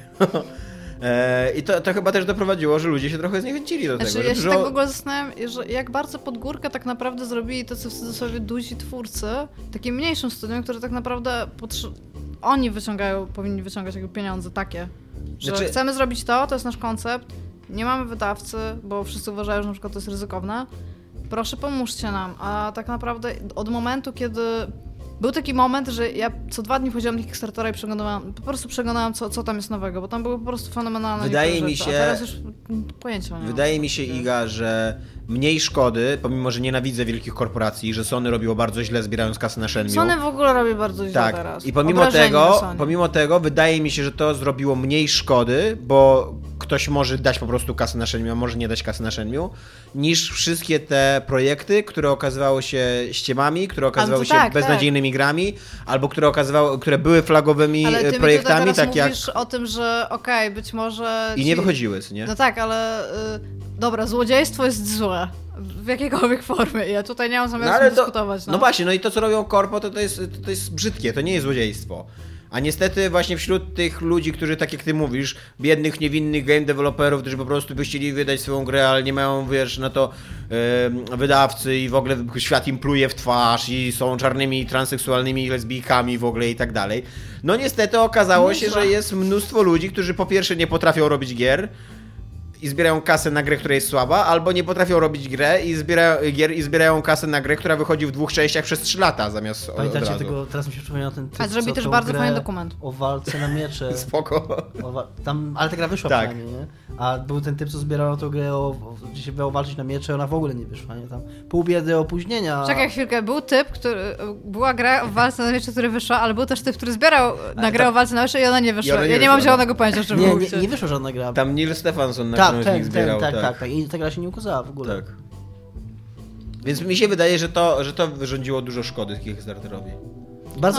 I to chyba też doprowadziło, że ludzie się trochę zniechęcili do tego. Znaczy, ja się tak w ogóle zastanawiam, że jak bardzo pod górkę tak naprawdę zrobili to, co w cudzysłowie duzi twórcy, takim mniejszym studium, które tak naprawdę oni powinni wyciągać jakby pieniądze takie, że Znaczy... chcemy zrobić to jest nasz koncept, nie mamy wydawcy, bo wszyscy uważają, że na przykład to jest ryzykowne, proszę pomóżcie nam, a tak naprawdę od momentu, kiedy... Był taki moment, że ja co 2 dni wchodziłam do Kickstartera i przeglądałam, co tam jest nowego, bo tam były po prostu fenomenalne rzeczy, a teraz już pojęcia nie mam. Wydaje mi się, Iga, że mniej szkody, pomimo że nienawidzę wielkich korporacji, że Sony robiło bardzo źle zbierając kasę na Shenmue. Sony w ogóle robi bardzo źle tak. teraz. I pomimo tego wydaje mi się, że to zrobiło mniej szkody, bo ktoś może dać po prostu kasę na Shenmue, a może nie dać kasy na Shenmue, niż wszystkie te projekty, które okazywały się ściemami, które okazywały się beznadziejnymi grami, albo które były flagowymi ale ty projektami, mi tak jak... mówisz o tym, że być może... I nie wychodziły, nie? No tak, ale... Dobra, złodziejstwo jest złe. W jakiejkolwiek formie. Ja tutaj nie mam zamiaru dyskutować. No właśnie, no i to co robią korpo, to jest brzydkie, to nie jest złodziejstwo. A niestety właśnie wśród tych ludzi, którzy tak jak ty mówisz, biednych, niewinnych game developerów, którzy po prostu by chcieli wydać swoją grę, ale nie mają, wiesz, na to wydawcy i w ogóle świat im pluje w twarz i są czarnymi, transseksualnymi lesbijkami w ogóle i tak dalej. No niestety okazało się, że jest mnóstwo ludzi, którzy po pierwsze nie potrafią robić gier, i zbierają kasę na grę, która jest słaba, albo nie potrafią robić grę i zbierają kasę na grę, która wychodzi w 2 częściach przez 3 lata zamiast od razu. Tego, teraz mi się przypomina ten typ, a zrobi też bardzo fajny dokument. O walce na miecze. Spoko. Ale ta gra wyszła przynajmniej, nie? A był ten typ, co zbierał tą grę, gdzie się miało walczyć na miecze, ona w ogóle nie wyszła, nie? Tam pół biedy opóźnienia. Czekaj chwilkę, był typ, była gra o walce na miecze, która wyszła, ale był też typ, który zbierał na grę o walce na miecze i ona nie wyszła. Ja nie mam zielonego pojęcia, o czym mówicie. Nie wyszła żadna gra. Tam Neil Stephenson na którąś z nich zbierał. Tak. I ta gra się nie ukazała w ogóle. Tak. Więc mi się wydaje, że to wyrządziło dużo szkody Kickstarterowi. Bardzo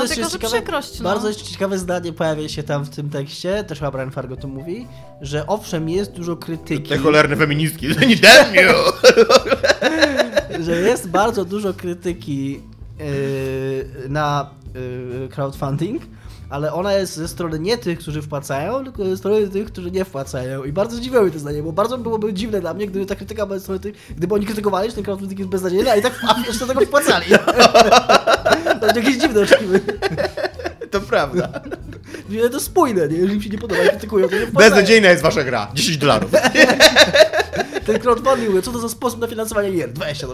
jest ciekawe zdanie pojawia się tam w tym tekście, też chyba Brian Fargo to mówi, że owszem jest dużo krytyki. Te cholerne feministki, że nie damn you! Że jest bardzo dużo krytyki na crowdfunding, ale ona jest ze strony nie tych, którzy wpłacają, tylko ze strony tych, którzy nie wpłacają. I bardzo zdziwiło mnie to zdanie, bo bardzo byłoby dziwne dla mnie, gdyby ta krytyka była ze strony tych, gdyby oni krytykowali, że ten crowdfunding jest beznadziejny, a i tak jeszcze tego wpłacali. To jest jakieś dziwne oczekiwanie. To prawda. To spójne, nie? Jeżeli im się nie podoba i krytykują, to nie wpłacają. Beznadziejna jest wasza gra. $10. Ten crowdfunding, co to za sposób na finansowanie gier? $20.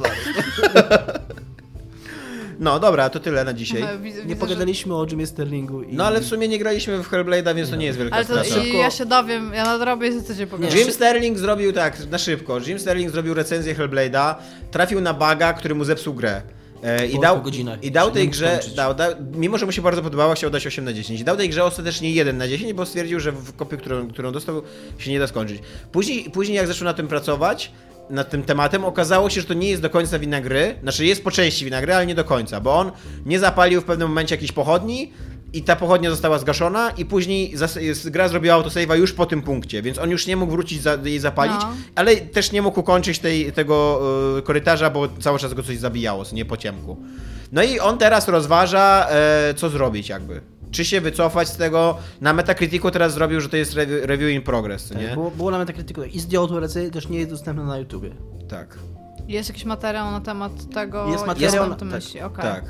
No dobra, to tyle na dzisiaj. Nie pogadaliśmy o Jimie Sterlingu. No ale w sumie nie graliśmy w Hellblade'a, więc to nie jest wielka strata. Ale ja się dowiem, ja nadrobię i co cię pogadam. Jim Sterling zrobił tak, na szybko. Jim Sterling zrobił recenzję Hellblade'a, trafił na buga, który mu zepsuł grę. I dał tej grze, mimo że mu się bardzo podobało, chciał dać 8 na 10. Dał tej grze ostatecznie 1 na 10, bo stwierdził, że w kopii, którą dostał, się nie da skończyć. Później jak zaczął na tym pracować, nad tym tematem, okazało się, że to nie jest do końca wina gry, znaczy jest po części wina gry, ale nie do końca, bo on nie zapalił w pewnym momencie jakiejś pochodni i ta pochodnia została zgaszona i później gra zrobiła autosave'a już po tym punkcie, więc on już nie mógł wrócić jej zapalić, ale też nie mógł ukończyć tego korytarza, bo cały czas go coś zabijało, nie po ciemku. No i on teraz rozważa, co zrobić jakby. Czy się wycofać z tego? Na Metacriticu teraz zrobił, że to jest review in progress, tak, nie? Było na Metacriticu i zdjął tą recenzję, też nie jest dostępna na YouTubie. Tak. Jest jakiś materiał na temat tego? Jest materiał na tym myśli, okej. Tak.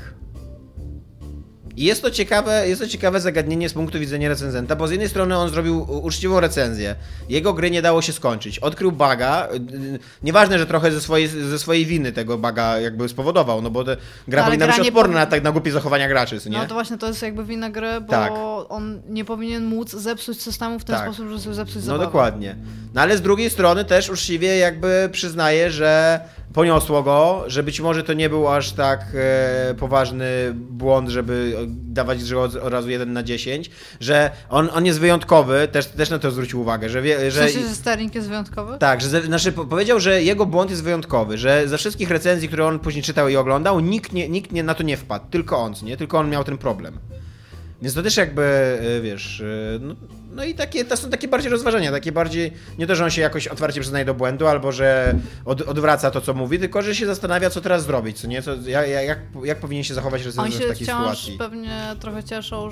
I jest to ciekawe zagadnienie z punktu widzenia recenzenta, bo z jednej strony on zrobił uczciwą recenzję. Jego gry nie dało się skończyć. Odkrył buga. Nieważne, że trochę ze swojej winy tego buga jakby spowodował, no bo gra powinna być odporna na głupie zachowania graczy, nie? No to właśnie to jest jakby wina gry, bo tak. on nie powinien móc zepsuć systemu w ten sposób, że sobie zepsuć zabawę. No dokładnie. No ale z drugiej strony też uczciwie jakby przyznaje, że poniosło go, że być może to nie był aż tak poważny błąd, żeby dawać grze od razu 1 na 10, że on jest wyjątkowy, też na to zwrócił uwagę, że W sensie, że Sterling jest wyjątkowy? Tak, powiedział, że jego błąd jest wyjątkowy, że ze wszystkich recenzji, które on później czytał i oglądał, nikt na to nie wpadł, tylko on, nie? Tylko on miał ten problem. Więc to też jakby, wiesz, no i to są takie bardziej rozważania, takie bardziej, nie to, że on się jakoś otwarcie przyznaje do błędu, albo że odwraca to, co mówi, tylko że się zastanawia, co teraz zrobić, co nie, jak powinien się zachować recenzent w takiej sytuacji. On się pewnie trochę cieszą,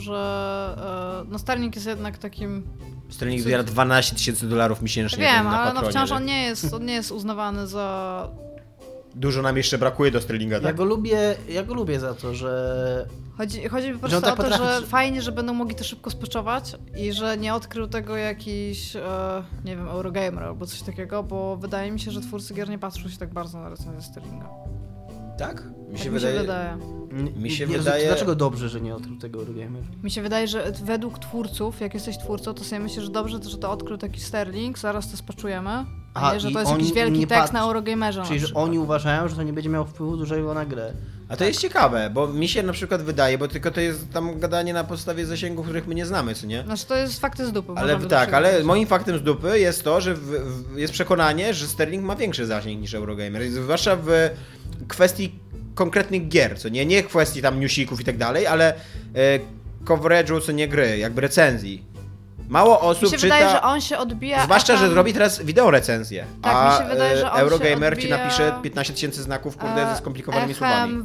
że no Sterling jest jednak takim... Sterling zbiera $12,000 miesięcznie. Wiem, na ale Patronie, wciąż on nie jest uznawany za... Dużo nam jeszcze brakuje do Sterlinga, tak? Ja go lubię za to, że... Chodzi mi po prostu o to, że fajnie, że będą mogli to szybko spyczować i że nie odkrył tego jakiś, nie wiem, Eurogamer albo coś takiego, bo wydaje mi się, że twórcy gier nie patrzą się tak bardzo na recenzję Sterlinga. Tak? Mi się wydaje. Mi się wydaje... Dlaczego dobrze, że nie odkrył tego Eurogamer? Mi się wydaje, że według twórców, jak jesteś twórcą, to sobie myślę, że dobrze, że to odkrył taki Sterling, zaraz to spaczujemy, a nie, że to jest jakiś wielki tekst na Eurogamerze. Czyli, że oni uważają, że to nie będzie miało wpływu dużego na grę. A to jest ciekawe, bo mi się na przykład wydaje, bo tylko to jest tam gadanie na podstawie zasięgów, których my nie znamy, co nie? Znaczy to jest fakty z dupy. Ale tak, ale moim faktem z dupy jest to, że jest przekonanie, że Sterling ma większy zasięg niż Eurogamer, zwłaszcza w kwestii konkretnych gier, co nie? Nie kwestii tam newsików i tak dalej, ale coverage'u, co nie gry, jakby recenzji. Mało osób czyta... Mi się wydaje, że on się odbija... Zwłaszcza, że zrobi teraz wideo recenzję. Tak, mi się wydaje, że on Eurogamer się ci napisze 15 000 znaków, kurde, ze skomplikowanymi słowami.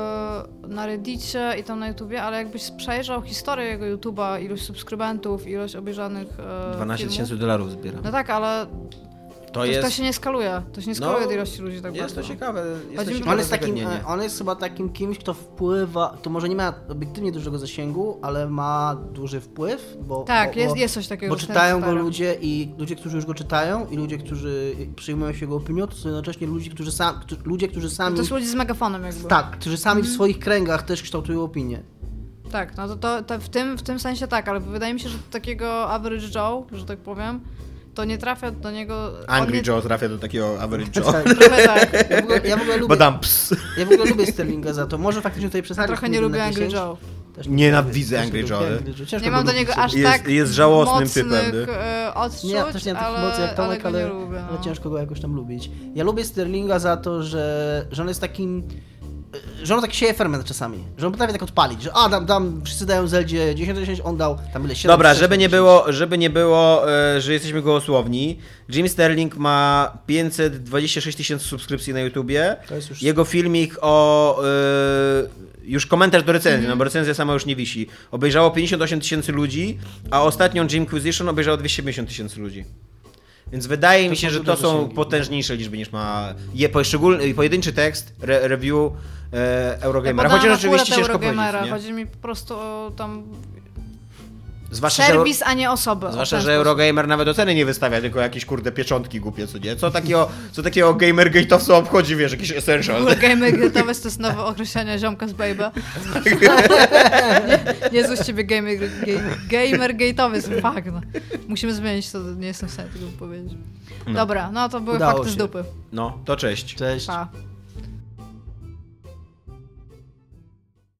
Na Reddicie i tam na YouTubie, ale jakbyś przejrzał historię jego YouTube'a, ilość subskrybentów, ilość obejrzanych $12,000 zbiera. No tak, ale... To się nie skaluje. To się nie skaluje do ilości ludzi tak bardzo. Jest to ciekawe. On jest chyba takim kimś, kto wpływa, to może nie ma obiektywnie dużego zasięgu, ale ma duży wpływ, bo... Tak, jest coś takiego. Bo czytają go ludzie i ludzie, którzy już go czytają i ludzie, którzy przyjmują się jego opinią, to są jednocześnie ludzie, którzy sami... To jest ludzie z megafonem jakby. Tak, którzy sami w swoich kręgach też kształtują opinię. Tak, no to w tym sensie tak, ale wydaje mi się, że takiego average Joe, że tak powiem, to nie trafia do niego... Joe trafia do takiego average Joe. Tak, trochę tak. Ja w ogóle lubię... Ja w ogóle lubię Sterlinga za to. Może faktycznie tutaj przesadzić. Trochę nie lubię Angry Joe. Nienawidzę Angry Joe. Nie mam do niego aż tak jest żałosnym typem. Odczuć, nie, też nie mam takich emocji jak Tomek, ale lubię, ale ciężko go jakoś tam lubić. Ja lubię Sterlinga za to, że on jest takim... Że on tak sieje ferment czasami, że on potrafi tak odpalić, że wszyscy dają Zeldzie 10/10, on dał tam ile 7. Dobra, żeby nie było, że jesteśmy gołosłowni, Jim Sterling ma 526 000 subskrypcji na YouTubie, już... jego filmik już komentarz do recenzji, no bo recenzja sama już nie wisi, obejrzało 58 000 ludzi, a ostatnią Jimquisition obejrzało 250 000 ludzi. Więc wydaje mi się, że to są potężniejsze liczby niż ma pojedynczy tekst, review Eurogamera. Chociaż oczywiście ciężko powiedzieć, nie? Chodzi mi po prostu o tam zwłaszcza, serwis, a nie osoby. Zwłaszcza, że Eurogamer nawet oceny nie wystawia, tylko jakieś kurde pieczątki głupie, co nie? Co takiego gamergate'owca obchodzi, wiesz, jakiś essential. Gamergate'owy to jest nowe określenie ziomka z Baby. nie z ciebie gamergate'owy jest fakt. No. Musimy zmienić to, nie jestem w stanie tego powiedzieć. Dobra, no to były fakty z dupy. No, to cześć. Cześć. Pa.